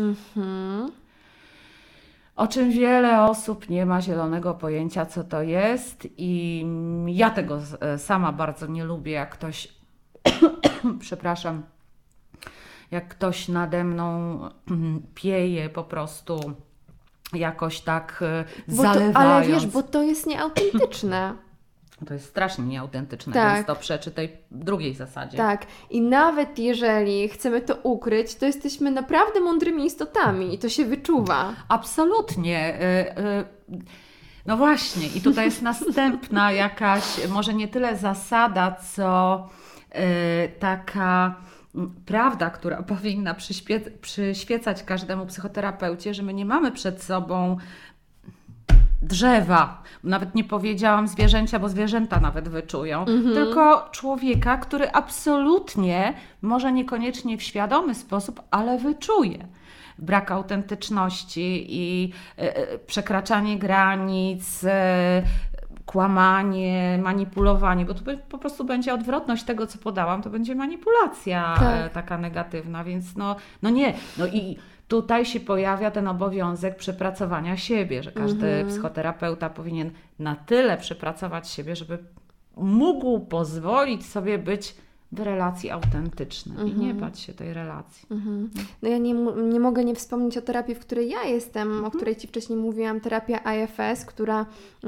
O czym wiele osób nie ma zielonego pojęcia, co to jest i ja tego sama bardzo nie lubię, jak ktoś, przepraszam, jak ktoś nade mną pieje po prostu jakoś tak zalewając. Ale wiesz, bo to jest nieautentyczne. To jest strasznie nieautentyczne, tak. Więc to przeczy tej drugiej zasadzie. Tak. I nawet jeżeli chcemy to ukryć, to jesteśmy naprawdę mądrymi istotami i to się wyczuwa. Absolutnie. No właśnie. I tutaj jest następna jakaś, może nie tyle zasada, co taka prawda, która powinna przyświecać każdemu psychoterapeucie, że my nie mamy przed sobą drzewa, nawet nie powiedziałam zwierzęcia, bo zwierzęta nawet wyczują, tylko człowieka, który absolutnie, może niekoniecznie w świadomy sposób, ale wyczuje brak autentyczności i przekraczanie granic, kłamanie, manipulowanie, bo to po prostu będzie odwrotność tego, co podałam, to będzie manipulacja taka negatywna, więc no nie. No i tutaj się pojawia ten obowiązek przepracowania siebie, że każdy psychoterapeuta powinien na tyle przepracować siebie, żeby mógł pozwolić sobie być w relacji autentycznej i nie bać się tej relacji. No ja nie mogę nie wspomnieć o terapii, w której ja jestem, o której Ci wcześniej mówiłam, terapia IFS, która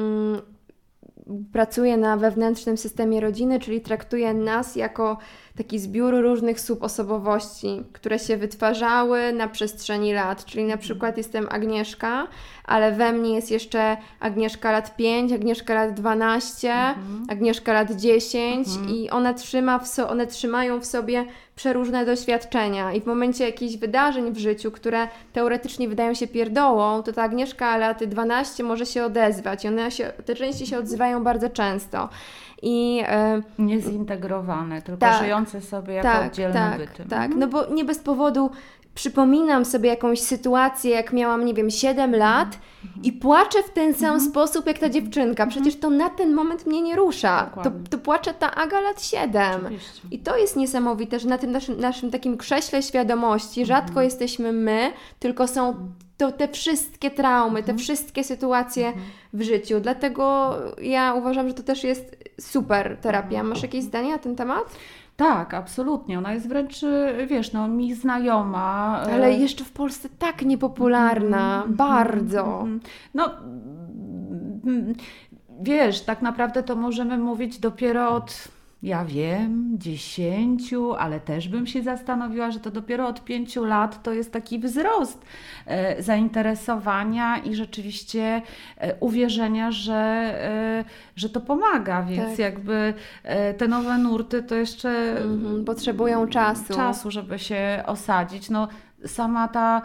pracuje na wewnętrznym systemie rodziny, czyli traktuje nas jako taki zbiór różnych subosobowości, które się wytwarzały na przestrzeni lat. Czyli na przykład jestem Agnieszka, ale we mnie jest jeszcze Agnieszka lat 5, Agnieszka lat 12, Agnieszka lat 10 i one trzymają w sobie przeróżne doświadczenia i w momencie jakichś wydarzeń w życiu, które teoretycznie wydają się pierdołą, to ta Agnieszka lat 12 może się odezwać i te części się odzywają bardzo często. I niezintegrowane, tylko żyjące sobie jako oddzielne byty. Tak, no bo nie bez powodu przypominam sobie jakąś sytuację, jak miałam, nie wiem, 7 lat i płaczę w ten sam sposób jak ta dziewczynka. Przecież to na ten moment mnie nie rusza. To płacze ta Aga lat 7. Oczywiście. I to jest niesamowite, że na tym naszym takim krześle świadomości rzadko jesteśmy my, tylko są te wszystkie traumy, te wszystkie sytuacje w życiu. Dlatego ja uważam, że to też jest super terapia. Masz jakieś zdanie na ten temat? Tak, absolutnie. Ona jest wręcz, wiesz, mi znajoma. Ale jeszcze w Polsce tak niepopularna, bardzo. No, wiesz, tak naprawdę to możemy mówić dopiero od, ja wiem, 10, ale też bym się zastanowiła, że to dopiero od 5 lat to jest taki wzrost zainteresowania i rzeczywiście uwierzenia, że to pomaga, więc jakby te nowe nurty to jeszcze potrzebują czasu, żeby się osadzić. No, sama ta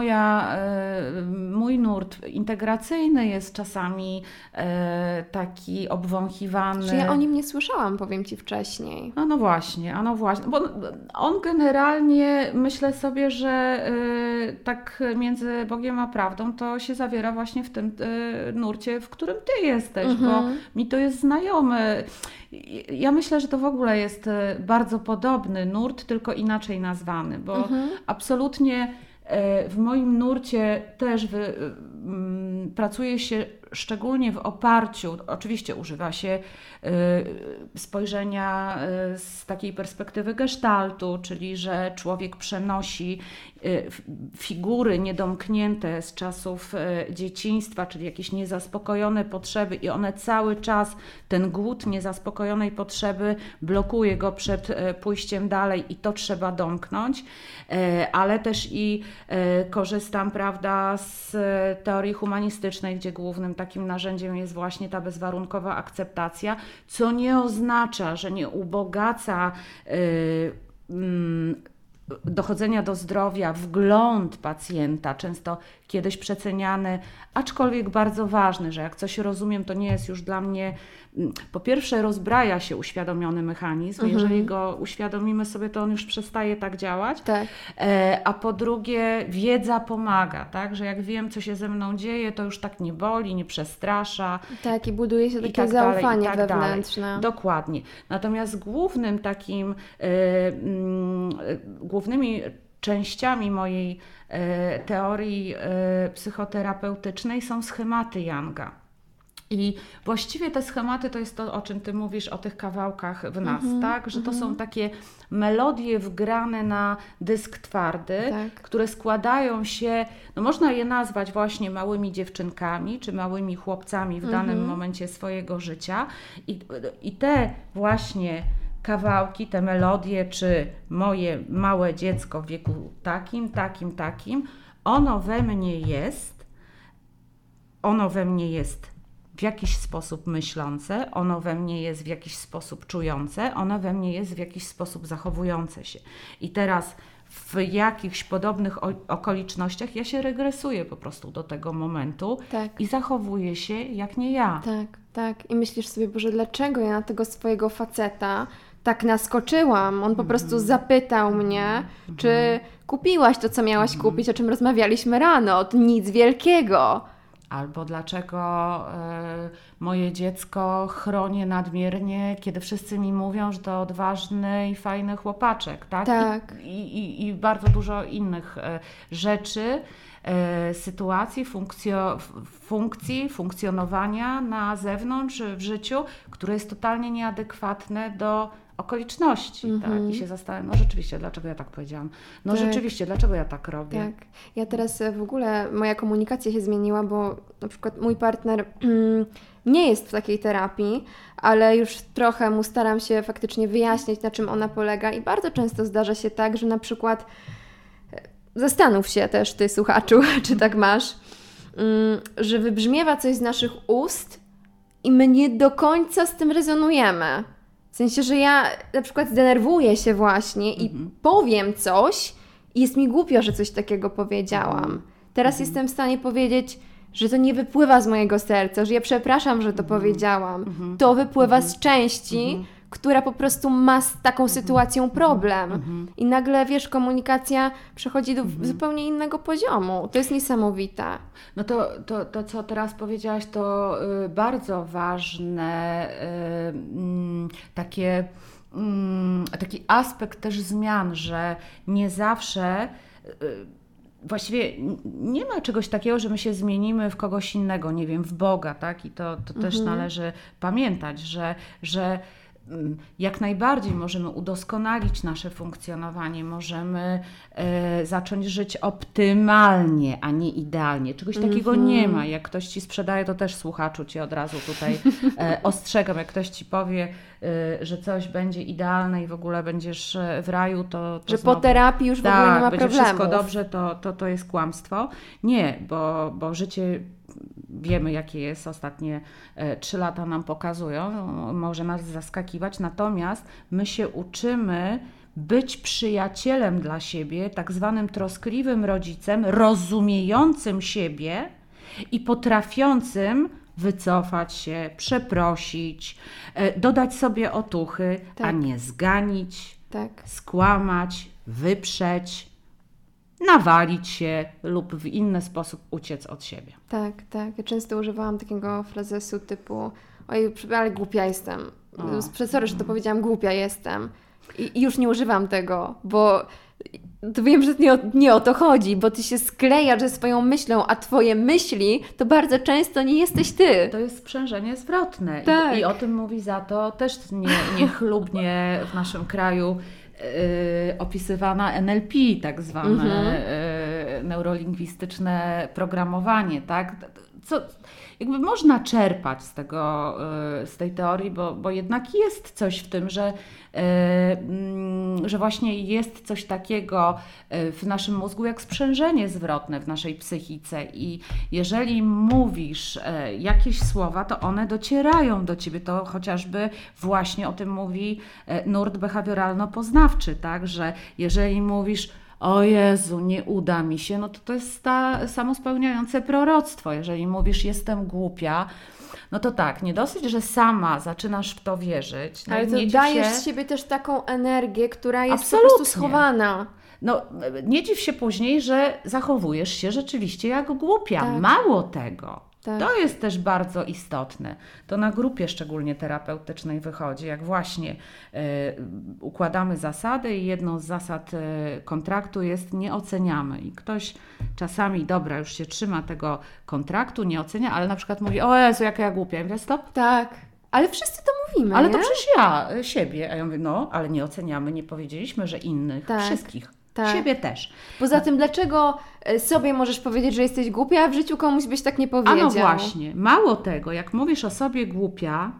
mój nurt integracyjny jest czasami taki obwąchiwany. Czy ja o nim nie słyszałam, powiem Ci wcześniej. No właśnie, bo on generalnie, myślę sobie, że tak między Bogiem a prawdą to się zawiera właśnie w tym nurcie, w którym Ty jesteś, bo mi to jest znajomy. Ja myślę, że to w ogóle jest bardzo podobny nurt, tylko inaczej nazwany, bo absolutnie w moim nurcie też pracuje się szczególnie w oparciu, oczywiście używa się spojrzenia z takiej perspektywy gestaltu, czyli że człowiek przenosi figury niedomknięte z czasów dzieciństwa, czyli jakieś niezaspokojone potrzeby i one cały czas, ten głód niezaspokojonej potrzeby blokuje go przed pójściem dalej i to trzeba domknąć, ale też i korzystam, prawda, z teorii humanistycznej, gdzie głównym takim narzędziem jest właśnie ta bezwarunkowa akceptacja, co nie oznacza, że nie ubogaca dochodzenia do zdrowia wgląd pacjenta, często kiedyś przeceniany, aczkolwiek bardzo ważny, że jak coś rozumiem, to nie jest już dla mnie, po pierwsze rozbraja się uświadomiony mechanizm, jeżeli go uświadomimy sobie, to on już przestaje tak działać, a po drugie wiedza pomaga, tak, że jak wiem, co się ze mną dzieje, to już tak nie boli, nie przestrasza. Tak, i buduje się takie zaufanie wewnętrzne. Dalej. Dokładnie. Natomiast głównym takim, głównymi częściami mojej teorii psychoterapeutycznej są schematy Younga. I właściwie te schematy to jest to, o czym Ty mówisz, o tych kawałkach w nas, tak? Że to są takie melodie wgrane na dysk twardy, które składają się, no można je nazwać właśnie małymi dziewczynkami, czy małymi chłopcami w danym momencie swojego życia. I te właśnie kawałki, te melodie, czy moje małe dziecko w wieku takim, ono we mnie jest w jakiś sposób myślące, ono we mnie jest w jakiś sposób czujące, ono we mnie jest w jakiś sposób zachowujące się. I teraz w jakichś podobnych okolicznościach ja się regresuję po prostu do tego momentu i zachowuję się jak nie ja. Tak. I myślisz sobie, Boże, dlaczego ja na tego swojego faceta tak naskoczyłam? On po prostu zapytał mnie, czy kupiłaś to, co miałaś kupić, o czym rozmawialiśmy rano. To nic wielkiego. Albo dlaczego moje dziecko chronię nadmiernie, kiedy wszyscy mi mówią, że to odważny i fajny chłopaczek, tak? I bardzo dużo innych rzeczy, sytuacji, funkcji, funkcjonowania na zewnątrz w życiu, które jest totalnie nieadekwatne do okoliczności, tak? I się zastanawiam, no rzeczywiście, dlaczego ja tak powiedziałam? No rzeczywiście, dlaczego ja tak robię? Tak. Ja teraz w ogóle, moja komunikacja się zmieniła, bo na przykład mój partner nie jest w takiej terapii, ale już trochę mu staram się faktycznie wyjaśniać, na czym ona polega i bardzo często zdarza się tak, że na przykład zastanów się też, Ty słuchaczu, czy tak masz, że wybrzmiewa coś z naszych ust i my nie do końca z tym rezonujemy. W sensie, że ja na przykład zdenerwuję się właśnie i powiem coś i jest mi głupio, że coś takiego powiedziałam. Teraz jestem w stanie powiedzieć, że to nie wypływa z mojego serca, że ja przepraszam, że to powiedziałam. To wypływa z części, która po prostu ma z taką sytuacją problem. I nagle, wiesz, komunikacja przechodzi do zupełnie innego poziomu. To jest niesamowite. No to co teraz powiedziałaś, to bardzo ważne, taki aspekt też zmian, że nie zawsze... Właściwie nie ma czegoś takiego, że my się zmienimy w kogoś innego, nie wiem, w Boga, tak? I to też należy pamiętać, że jak najbardziej możemy udoskonalić nasze funkcjonowanie, możemy zacząć żyć optymalnie, a nie idealnie. Czegoś takiego nie ma. Jak ktoś Ci sprzedaje, to też słuchaczu Cię od razu tutaj ostrzegam. Jak ktoś Ci powie, że coś będzie idealne i w ogóle będziesz w raju, to że znowu, po terapii już w ogóle nie ma będzie problemów. wszystko dobrze, to jest kłamstwo. Nie, bo życie... Wiemy, jakie jest, ostatnie 3 lata nam pokazują, może nas zaskakiwać, natomiast my się uczymy być przyjacielem dla siebie, tak zwanym troskliwym rodzicem, rozumiejącym siebie i potrafiącym wycofać się, przeprosić, dodać sobie otuchy, a nie zganić, skłamać, wyprzeć, nawalić się lub w inny sposób uciec od siebie. Tak. Ja często używałam takiego frazesu typu oj, ale głupia jestem. Sorry, że to powiedziałam, głupia jestem. I już nie używam tego, bo to wiem, że nie o to chodzi, bo ty się sklejasz ze swoją myślą, a twoje myśli to bardzo często nie jesteś ty. To jest sprzężenie zwrotne. Tak. I o tym mówi za to też niechlubnie w naszym kraju opisywana NLP, tak zwane neurolingwistyczne programowanie, tak? Co jakby można czerpać z tej teorii, bo jednak jest coś w tym, że właśnie jest coś takiego w naszym mózgu jak sprzężenie zwrotne w naszej psychice i jeżeli mówisz jakieś słowa, to one docierają do Ciebie. To chociażby właśnie o tym mówi nurt behawioralno-poznawczy, tak? Że jeżeli mówisz o Jezu, nie uda mi się, no to jest samospełniające proroctwo. Jeżeli mówisz jestem głupia, no to tak, nie dosyć, że sama zaczynasz w to wierzyć. No ale to dajesz z siebie też taką energię, która jest absolutnie po prostu schowana. No nie dziw się później, że zachowujesz się rzeczywiście jak głupia. Tak. Mało tego. Tak. To jest też bardzo istotne. To na grupie szczególnie terapeutycznej wychodzi, jak właśnie układamy zasady i jedną z zasad kontraktu jest nie oceniamy. I ktoś czasami, dobra, już się trzyma tego kontraktu, nie ocenia, ale na przykład mówi, o Jezu, jaka ja głupia. Ja mówię, stop. Tak, ale wszyscy to mówimy, Ale nie? to przecież ja, siebie. A ja mówię, no, ale nie oceniamy, nie powiedzieliśmy, że innych, wszystkich. Tak. Siebie też. Poza tym, dlaczego sobie możesz powiedzieć, że jesteś głupia, a w życiu komuś byś tak nie powiedział? A no właśnie. Mało tego, jak mówisz o sobie głupia,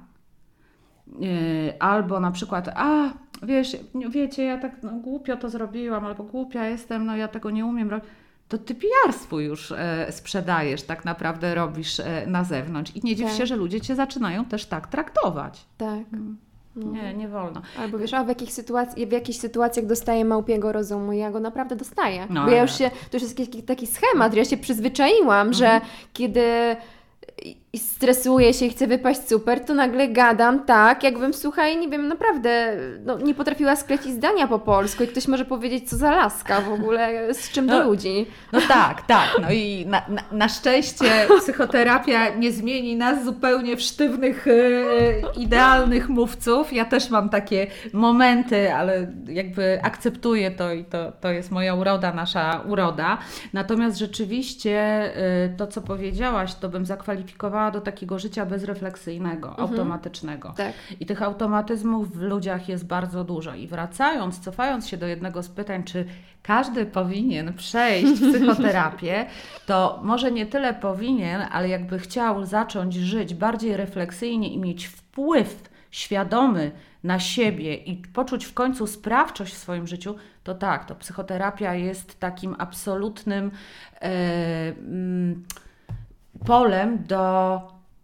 albo na przykład, wiecie, ja tak głupio to zrobiłam, albo głupia jestem, no ja tego nie umiem robić, to ty pijarstwo już sprzedajesz, tak naprawdę robisz na zewnątrz. I nie dziw się, że ludzie Cię zaczynają też tak traktować. Tak. Nie wolno. Albo wiesz, w jakichś sytuacjach dostaję małpiego rozumu i ja go naprawdę dostaję. No, bo to już jest jakiś taki schemat, ja się przyzwyczaiłam, że kiedy stresuję się i chcę wypaść super, to nagle gadam tak, jakbym, słuchaj, nie wiem, naprawdę nie potrafiła sklecić zdania po polsku i ktoś może powiedzieć, co za laska w ogóle, z czym do ludzi. No tak. No i na szczęście psychoterapia nie zmieni nas zupełnie w sztywnych, idealnych mówców. Ja też mam takie momenty, ale jakby akceptuję to i to jest moja uroda, nasza uroda. Natomiast rzeczywiście to, co powiedziałaś, to bym zakwalifikowała do takiego życia bezrefleksyjnego, automatycznego. Tak. I tych automatyzmów w ludziach jest bardzo dużo. I cofając się do jednego z pytań, czy każdy powinien przejść psychoterapię, to może nie tyle powinien, ale jakby chciał zacząć żyć bardziej refleksyjnie i mieć wpływ świadomy na siebie i poczuć w końcu sprawczość w swoim życiu, to tak, to psychoterapia jest takim absolutnym polem do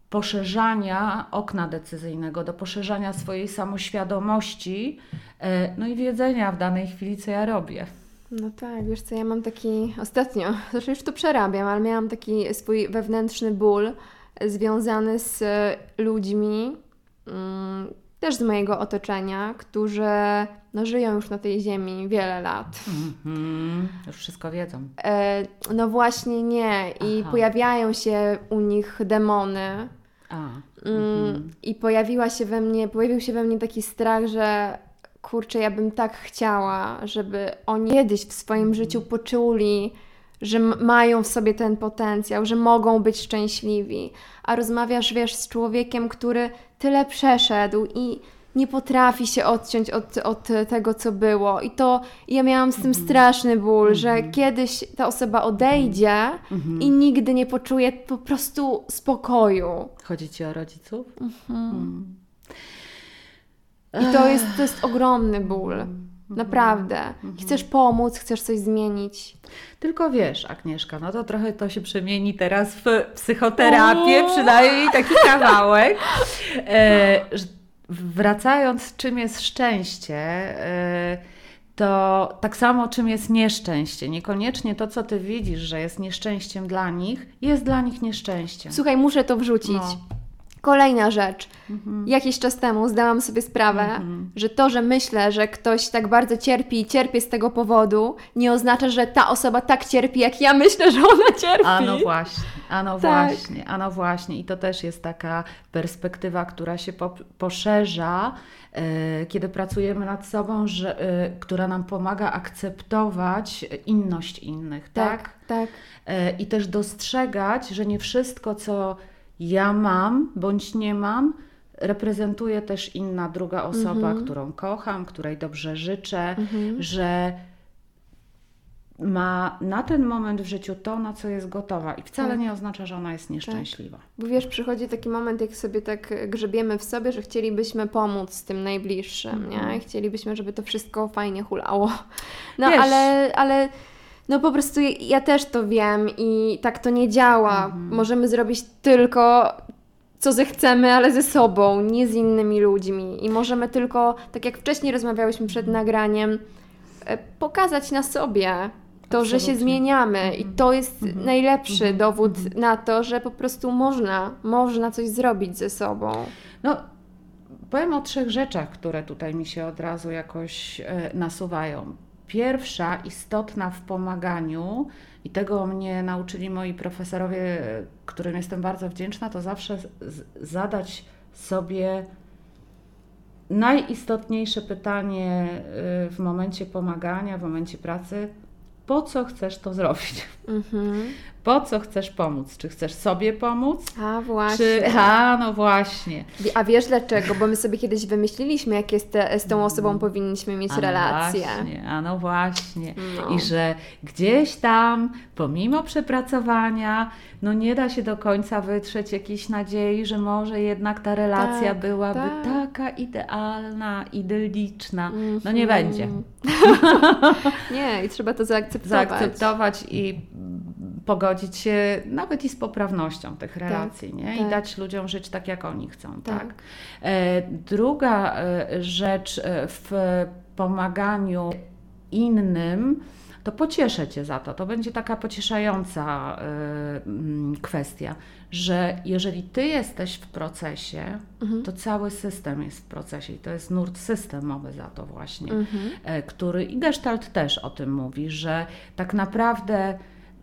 poszerzania okna decyzyjnego, do poszerzania swojej samoświadomości, no i wiedzenia w danej chwili, co ja robię. No tak, wiesz co, ja mam taki ostatnio, zresztą już to przerabiam, ale miałam taki swój wewnętrzny ból związany z ludźmi, też z mojego otoczenia, którzy żyją już na tej ziemi wiele lat. Już wszystko wiedzą. No właśnie nie. I pojawiają się u nich demony. I pojawił się we mnie taki strach, że kurczę, ja bym tak chciała, żeby oni kiedyś w swoim życiu poczuli, że mają w sobie ten potencjał, że mogą być szczęśliwi. A rozmawiasz, wiesz, z człowiekiem, który tyle przeszedł i nie potrafi się odciąć od tego, co było. I ja miałam z tym straszny ból, że kiedyś ta osoba odejdzie i nigdy nie poczuje po prostu spokoju. Chodzi Ci o rodziców? I to jest ogromny ból. Naprawdę. Chcesz pomóc, chcesz coś zmienić. Tylko wiesz, Agnieszka, no to trochę to się przemieni teraz w psychoterapię, przynajmniej taki kawałek. Wracając, czym jest szczęście, to tak samo czym jest nieszczęście. Niekoniecznie to, co Ty widzisz, że jest nieszczęściem dla nich, jest dla nich nieszczęściem. Słuchaj, muszę to wrzucić. Kolejna rzecz. Jakiś czas temu zdałam sobie sprawę, że to, że myślę, że ktoś tak bardzo cierpi i cierpię z tego powodu, nie oznacza, że ta osoba tak cierpi, jak ja myślę, że ona cierpi. A no właśnie. I to też jest taka perspektywa, która się poszerza, kiedy pracujemy nad sobą, która nam pomaga akceptować inność innych, tak? Tak. I też dostrzegać, że nie wszystko, co ja mam bądź nie mam, reprezentuje też inna druga osoba, którą kocham, której dobrze życzę, że ma na ten moment w życiu to, na co jest gotowa i wcale nie oznacza, że ona jest nieszczęśliwa. Bo wiesz, przychodzi taki moment, jak sobie tak grzebiemy w sobie, że chcielibyśmy pomóc tym najbliższym, nie? Chcielibyśmy, żeby to wszystko fajnie hulało. No wiesz, ale no po prostu ja też to wiem i tak to nie działa. Możemy zrobić tylko co zechcemy, ale ze sobą, nie z innymi ludźmi. I możemy tylko, tak jak wcześniej rozmawiałyśmy przed nagraniem, pokazać na sobie to, że się zmieniamy. I to jest najlepszy dowód na to, że po prostu można coś zrobić ze sobą. No, powiem o 3 rzeczach, które tutaj mi się od razu jakoś nasuwają. Pierwsza, istotna w pomaganiu, i tego mnie nauczyli moi profesorowie, którym jestem bardzo wdzięczna, to zawsze zadać sobie najistotniejsze pytanie w momencie pomagania, w momencie pracy: po co chcesz to zrobić? Po co chcesz pomóc? Czy chcesz sobie pomóc? A właśnie. No właśnie. A wiesz dlaczego? Bo my sobie kiedyś wymyśliliśmy, jakie z tą osobą powinniśmy mieć relacje. No właśnie. I że gdzieś tam, pomimo przepracowania, no nie da się do końca wytrzeć jakiejś nadziei, że może jednak ta relacja byłaby taka idealna, idylliczna. No nie będzie. Nie, i trzeba to zaakceptować i pogodzić się nawet i z poprawnością tych relacji, nie? I dać ludziom żyć tak, jak oni chcą, tak? Druga rzecz w pomaganiu innym, to pocieszę Cię za to. To będzie taka pocieszająca kwestia, że jeżeli Ty jesteś w procesie, to cały system jest w procesie i to jest nurt systemowy za to właśnie, który i Gestalt też o tym mówi, że tak naprawdę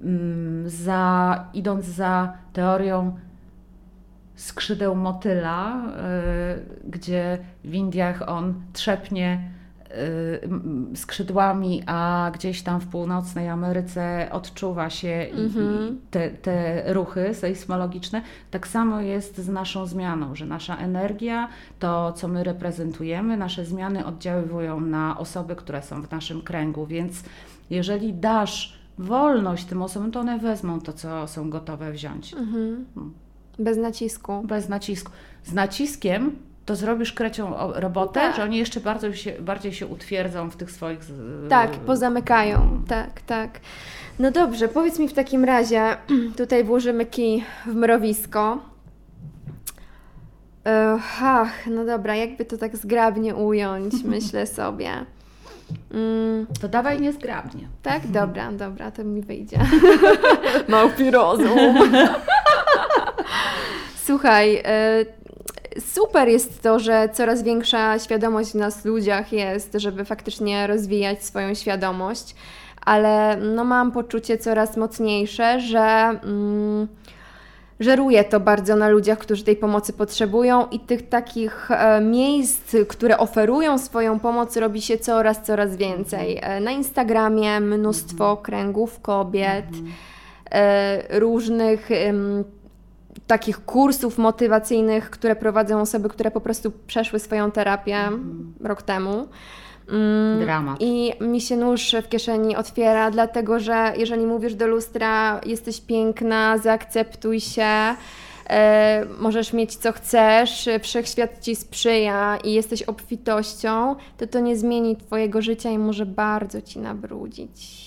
idąc za teorią skrzydeł motyla, gdzie w Indiach on trzepnie skrzydłami, a gdzieś tam w północnej Ameryce odczuwa się te ruchy sejsmologiczne. Tak samo jest z naszą zmianą, że nasza energia, to co my reprezentujemy, nasze zmiany oddziaływują na osoby, które są w naszym kręgu, więc jeżeli dasz wolność tym osobom, to one wezmą to, co są gotowe wziąć. Bez nacisku. Bez nacisku. Z naciskiem to zrobisz krecią robotę, że oni jeszcze bardziej się utwierdzą w tych swoich... pozamykają. Tak. No dobrze, powiedz mi w takim razie, tutaj włożymy kij w mrowisko. No dobra, jakby to tak zgrabnie ująć, myślę sobie. To dawaj niezgrabnie. Tak? Dobra, to mi wyjdzie. Małpi rozum. Słuchaj, super jest to, że coraz większa świadomość w nas ludziach jest, żeby faktycznie rozwijać swoją świadomość, ale no mam poczucie coraz mocniejsze, że żeruje to bardzo na ludziach, którzy tej pomocy potrzebują i tych takich miejsc, które oferują swoją pomoc, robi się coraz więcej. Na Instagramie mnóstwo kręgów kobiet, różnych takich kursów motywacyjnych, które prowadzą osoby, które po prostu przeszły swoją terapię rok temu. Dramat. I mi się nóż w kieszeni otwiera, dlatego że jeżeli mówisz do lustra, jesteś piękna, zaakceptuj się, możesz mieć co chcesz, wszechświat Ci sprzyja i jesteś obfitością, to nie zmieni Twojego życia i może bardzo Ci nabrudzić.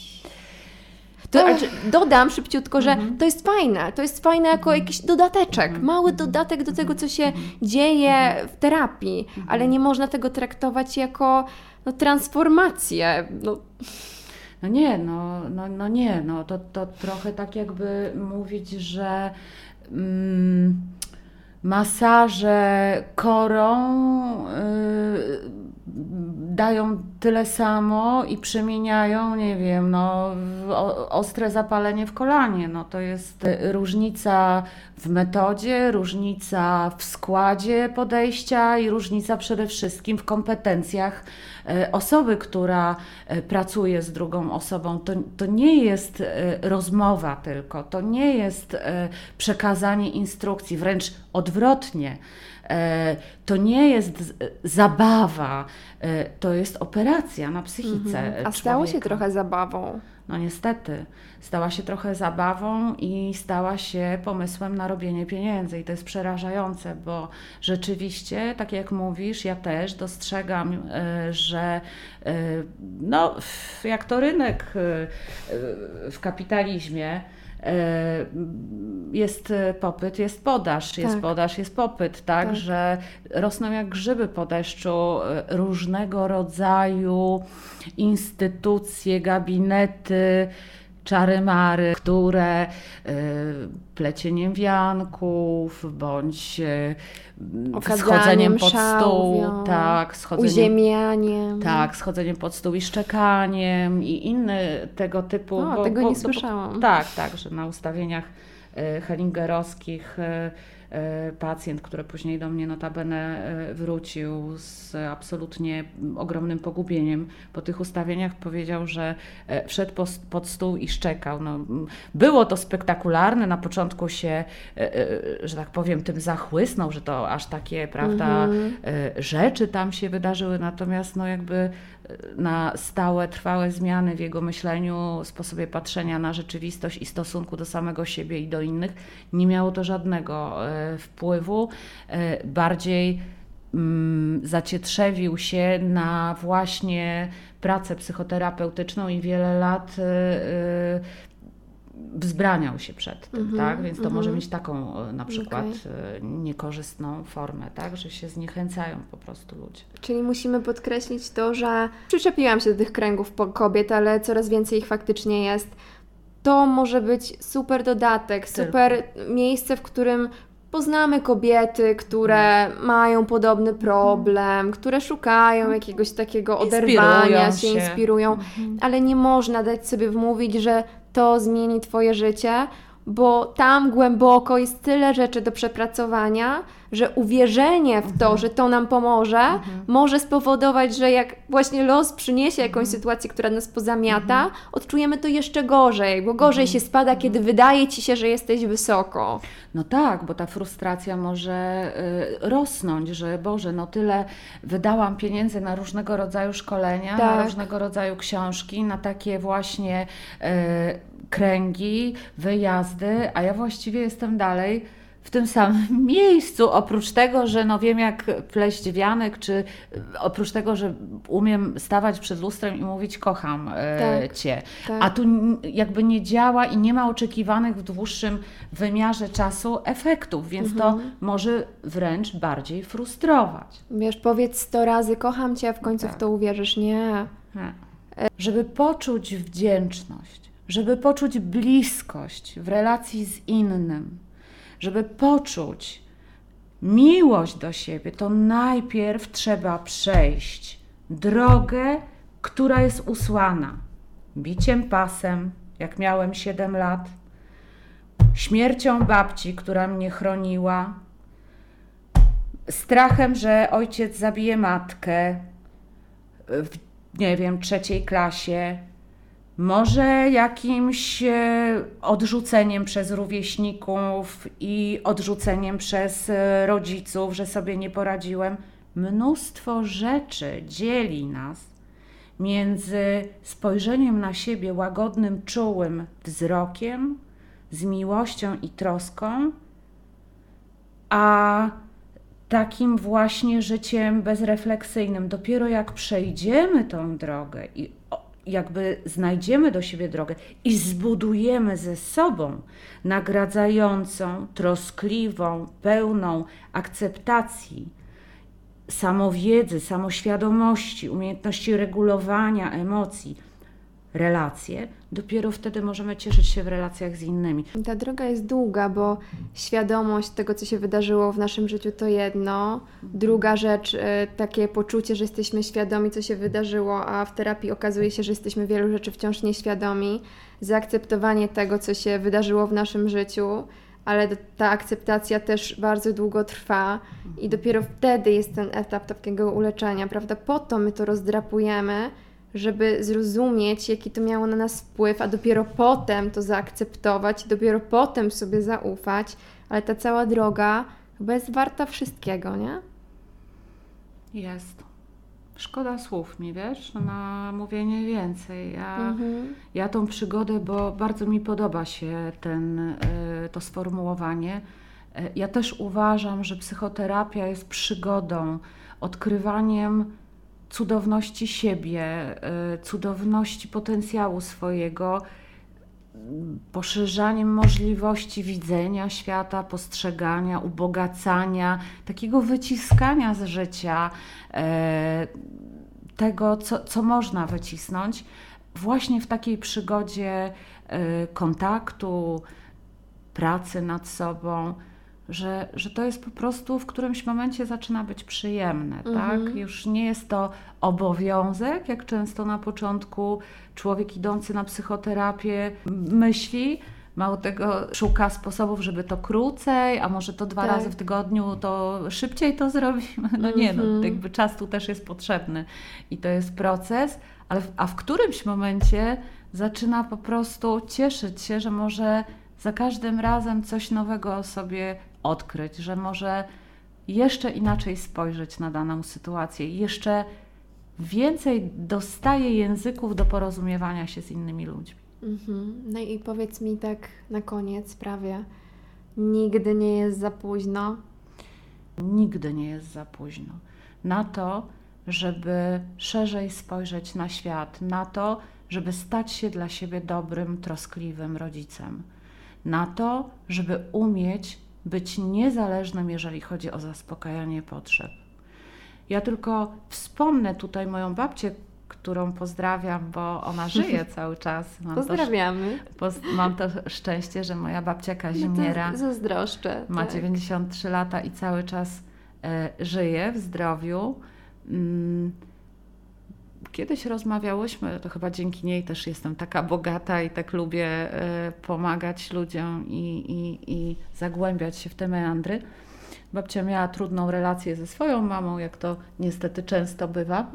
Dodam szybciutko, że to jest fajne jako jakiś dodateczek, mały dodatek do tego, co się dzieje w terapii, ale nie można tego traktować jako transformację. To trochę tak jakby mówić, że masaże korą dają tyle samo i przemieniają, nie wiem, ostre zapalenie w kolanie. To jest różnica w metodzie, różnica w składzie podejścia i różnica przede wszystkim w kompetencjach osoby, która pracuje z drugą osobą. To nie jest rozmowa tylko, to nie jest przekazanie instrukcji, wręcz odwrotnie. To nie jest zabawa, to jest operacja na psychice A stało się trochę zabawą. No niestety, stała się trochę zabawą i stała się pomysłem na robienie pieniędzy i to jest przerażające, bo rzeczywiście, tak jak mówisz, ja też dostrzegam, że jak to rynek w kapitalizmie, jest popyt, jest podaż, jest podaż, jest popyt, tak, że rosną jak grzyby po deszczu różnego rodzaju instytucje, gabinety, czary-mary, które plecieniem wianków bądź schodzeniem pod stół, uziemianiem. Schodzeniem pod stół i szczekaniem i inne tego typu. Tego nie słyszałam. Że na ustawieniach hellingerowskich pacjent, który później do mnie notabene wrócił z absolutnie ogromnym pogubieniem po tych ustawieniach, powiedział, że wszedł pod stół i szczekał. Było to spektakularne, na początku się, że tak powiem, tym zachłysnął, że to aż takie, prawda, rzeczy tam się wydarzyły, natomiast jakby na stałe, trwałe zmiany w jego myśleniu, sposobie patrzenia na rzeczywistość i stosunku do samego siebie i do innych nie miało to żadnego wpływu. Bardziej zacietrzewił się na właśnie pracę psychoterapeutyczną i wiele lat wzbraniał się przed tym, tak? Więc to może mieć taką na przykład niekorzystną formę, tak? Że się zniechęcają po prostu ludzie. Czyli musimy podkreślić to, że przyczepiłam się do tych kręgów kobiet, ale coraz więcej ich faktycznie jest. To może być super dodatek, super miejsce, w którym poznamy kobiety, które mają podobny problem, które szukają jakiegoś takiego oderwania się, inspirują, ale nie można dać sobie wmówić, że to zmieni Twoje życie, bo tam głęboko jest tyle rzeczy do przepracowania, że uwierzenie w to, że to nam pomoże, może spowodować, że jak właśnie los przyniesie jakąś sytuację, która nas pozamiata, odczujemy to jeszcze gorzej, bo gorzej się spada, kiedy wydaje Ci się, że jesteś wysoko. No tak, bo ta frustracja może rosnąć, że Boże, tyle wydałam pieniędzy na różnego rodzaju szkolenia, na różnego rodzaju książki, na takie właśnie kręgi, wyjazdy, a ja właściwie jestem dalej w tym samym miejscu, oprócz tego, że no wiem jak pleść wianek, czy oprócz tego, że umiem stawać przed lustrem i mówić kocham Cię. Tak. A tu jakby nie działa i nie ma oczekiwanych w dłuższym wymiarze czasu efektów, więc to może wręcz bardziej frustrować. Wiesz, powiedz 100 razy kocham Cię, a w końcu w to uwierzysz. Nie. Żeby poczuć wdzięczność, żeby poczuć bliskość w relacji z innym, żeby poczuć miłość do siebie, to najpierw trzeba przejść drogę, która jest usłana biciem pasem, jak miałem 7 lat, śmiercią babci, która mnie chroniła, strachem, że ojciec zabije matkę w, nie wiem, 3. klasie, może jakimś odrzuceniem przez rówieśników i odrzuceniem przez rodziców, że sobie nie poradziłem. Mnóstwo rzeczy dzieli nas między spojrzeniem na siebie łagodnym, czułym wzrokiem, z miłością i troską, a takim właśnie życiem bezrefleksyjnym. Dopiero jak przejdziemy tą drogę i jakby znajdziemy do siebie drogę i zbudujemy ze sobą nagradzającą, troskliwą, pełną akceptacji, samowiedzy, samoświadomości, umiejętności regulowania emocji, relacje, dopiero wtedy możemy cieszyć się w relacjach z innymi. Ta droga jest długa, bo świadomość tego, co się wydarzyło w naszym życiu, to jedno. Druga rzecz, takie poczucie, że jesteśmy świadomi, co się wydarzyło, a w terapii okazuje się, że jesteśmy wielu rzeczy wciąż nieświadomi. Zaakceptowanie tego, co się wydarzyło w naszym życiu, ale ta akceptacja też bardzo długo trwa i dopiero wtedy jest ten etap takiego uleczenia, prawda? Po to my to rozdrapujemy, żeby zrozumieć, jaki to miało na nas wpływ, a dopiero potem to zaakceptować, dopiero potem sobie zaufać, ale ta cała droga chyba jest warta wszystkiego, nie? Jest. Szkoda słów mi, wiesz, na mówienie więcej. Ja tą przygodę, bo bardzo mi podoba się to sformułowanie. Ja też uważam, że psychoterapia jest przygodą, odkrywaniem cudowności siebie, cudowności potencjału swojego, poszerzaniem możliwości widzenia świata, postrzegania, ubogacania, takiego wyciskania z życia tego, co można wycisnąć, właśnie w takiej przygodzie kontaktu, pracy nad sobą, że to jest po prostu w którymś momencie zaczyna być przyjemne, tak? Już nie jest to obowiązek, jak często na początku człowiek idący na psychoterapię myśli, mało tego szuka sposobów, żeby to krócej, a może to 2 razy w tygodniu, to szybciej to zrobimy. No nie, jakby czas tu też jest potrzebny i to jest proces, a w którymś momencie zaczyna po prostu cieszyć się, że może za każdym razem coś nowego sobie odkryć, że może jeszcze inaczej spojrzeć na daną sytuację, jeszcze więcej dostaje języków do porozumiewania się z innymi ludźmi. No i powiedz mi tak na koniec prawie, nigdy nie jest za późno? Nigdy nie jest za późno na to, żeby szerzej spojrzeć na świat, na to, żeby stać się dla siebie dobrym, troskliwym rodzicem, na to, żeby umieć być niezależnym, jeżeli chodzi o zaspokajanie potrzeb. Ja tylko wspomnę tutaj moją babcię, którą pozdrawiam, bo ona żyje cały czas. Pozdrawiamy. Mam to szczęście, że moja babcia Kazimiera zazdroszczę, ma 93 lata i cały czas żyje w zdrowiu. Kiedyś rozmawiałyśmy, to chyba dzięki niej też jestem taka bogata i tak lubię pomagać ludziom i zagłębiać się w te meandry. Babcia miała trudną relację ze swoją mamą, jak to niestety często bywa.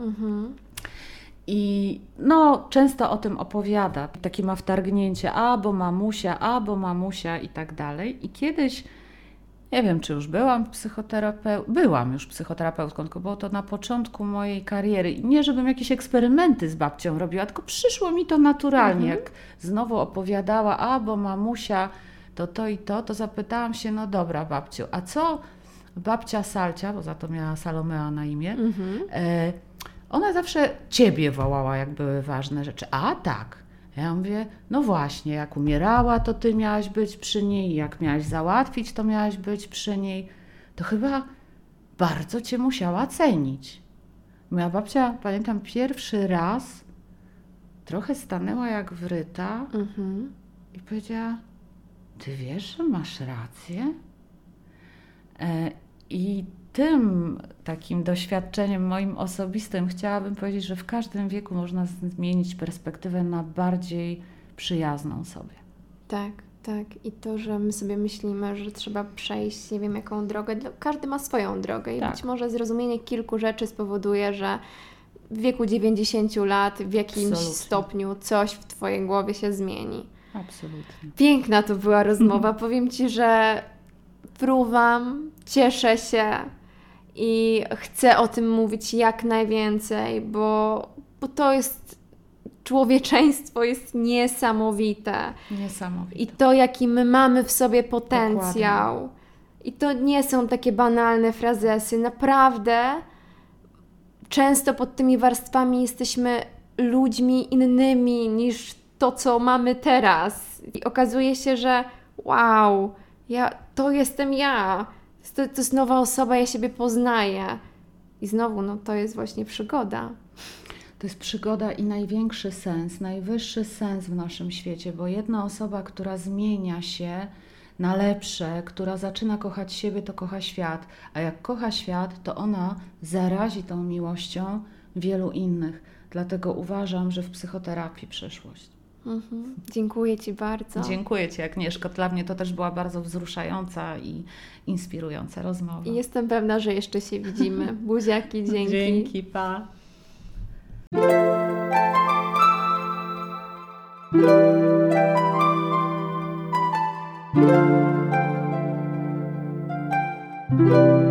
I no, często o tym opowiada, takie ma wtargnięcie, bo mamusia i tak dalej. I kiedyś, nie wiem, czy już byłam już psychoterapeutką, tylko było to na początku mojej kariery. I nie, żebym jakieś eksperymenty z babcią robiła, tylko przyszło mi to naturalnie, jak znowu opowiadała, bo mamusia to i to zapytałam się, no dobra babciu, a co babcia Salcia, bo za to miała Salomea na imię, ona zawsze ciebie wołała, jak były ważne rzeczy. A tak. Ja mówię, no właśnie, jak umierała, to ty miałaś być przy niej, jak miałaś załatwić, to miałaś być przy niej. To chyba bardzo cię musiała cenić. Moja babcia, pamiętam, pierwszy raz trochę stanęła jak wryta i powiedziała, ty wiesz, że masz rację? I tym takim doświadczeniem moim osobistym chciałabym powiedzieć, że w każdym wieku można zmienić perspektywę na bardziej przyjazną sobie. Tak, tak. I to, że my sobie myślimy, że trzeba przejść nie wiem jaką drogę, każdy ma swoją drogę i być może zrozumienie kilku rzeczy spowoduje, że w wieku 90 lat w jakimś stopniu coś w Twojej głowie się zmieni. Absolutnie. Piękna to była rozmowa. Powiem Ci, że fruwam, cieszę się i chcę o tym mówić jak najwięcej, bo to jest człowieczeństwo jest niesamowite. I to, jaki my mamy w sobie potencjał. Dokładnie. I to nie są takie banalne frazesy. Naprawdę często pod tymi warstwami jesteśmy ludźmi innymi niż to, co mamy teraz. I okazuje się, że wow, to jestem ja. To jest nowa osoba, ja siebie poznaję. I znowu, to jest właśnie przygoda. To jest przygoda i największy sens, najwyższy sens w naszym świecie, bo jedna osoba, która zmienia się na lepsze, która zaczyna kochać siebie, to kocha świat, a jak kocha świat, to ona zarazi tą miłością wielu innych. Dlatego uważam, że w psychoterapii przyszłość. Dziękuję Ci bardzo. Dziękuję Ci, Agnieszko. Dla mnie to też była bardzo wzruszająca i inspirująca rozmowa. I jestem pewna, że jeszcze się widzimy. Buziaki, dzięki. Dzięki, pa. Thank you.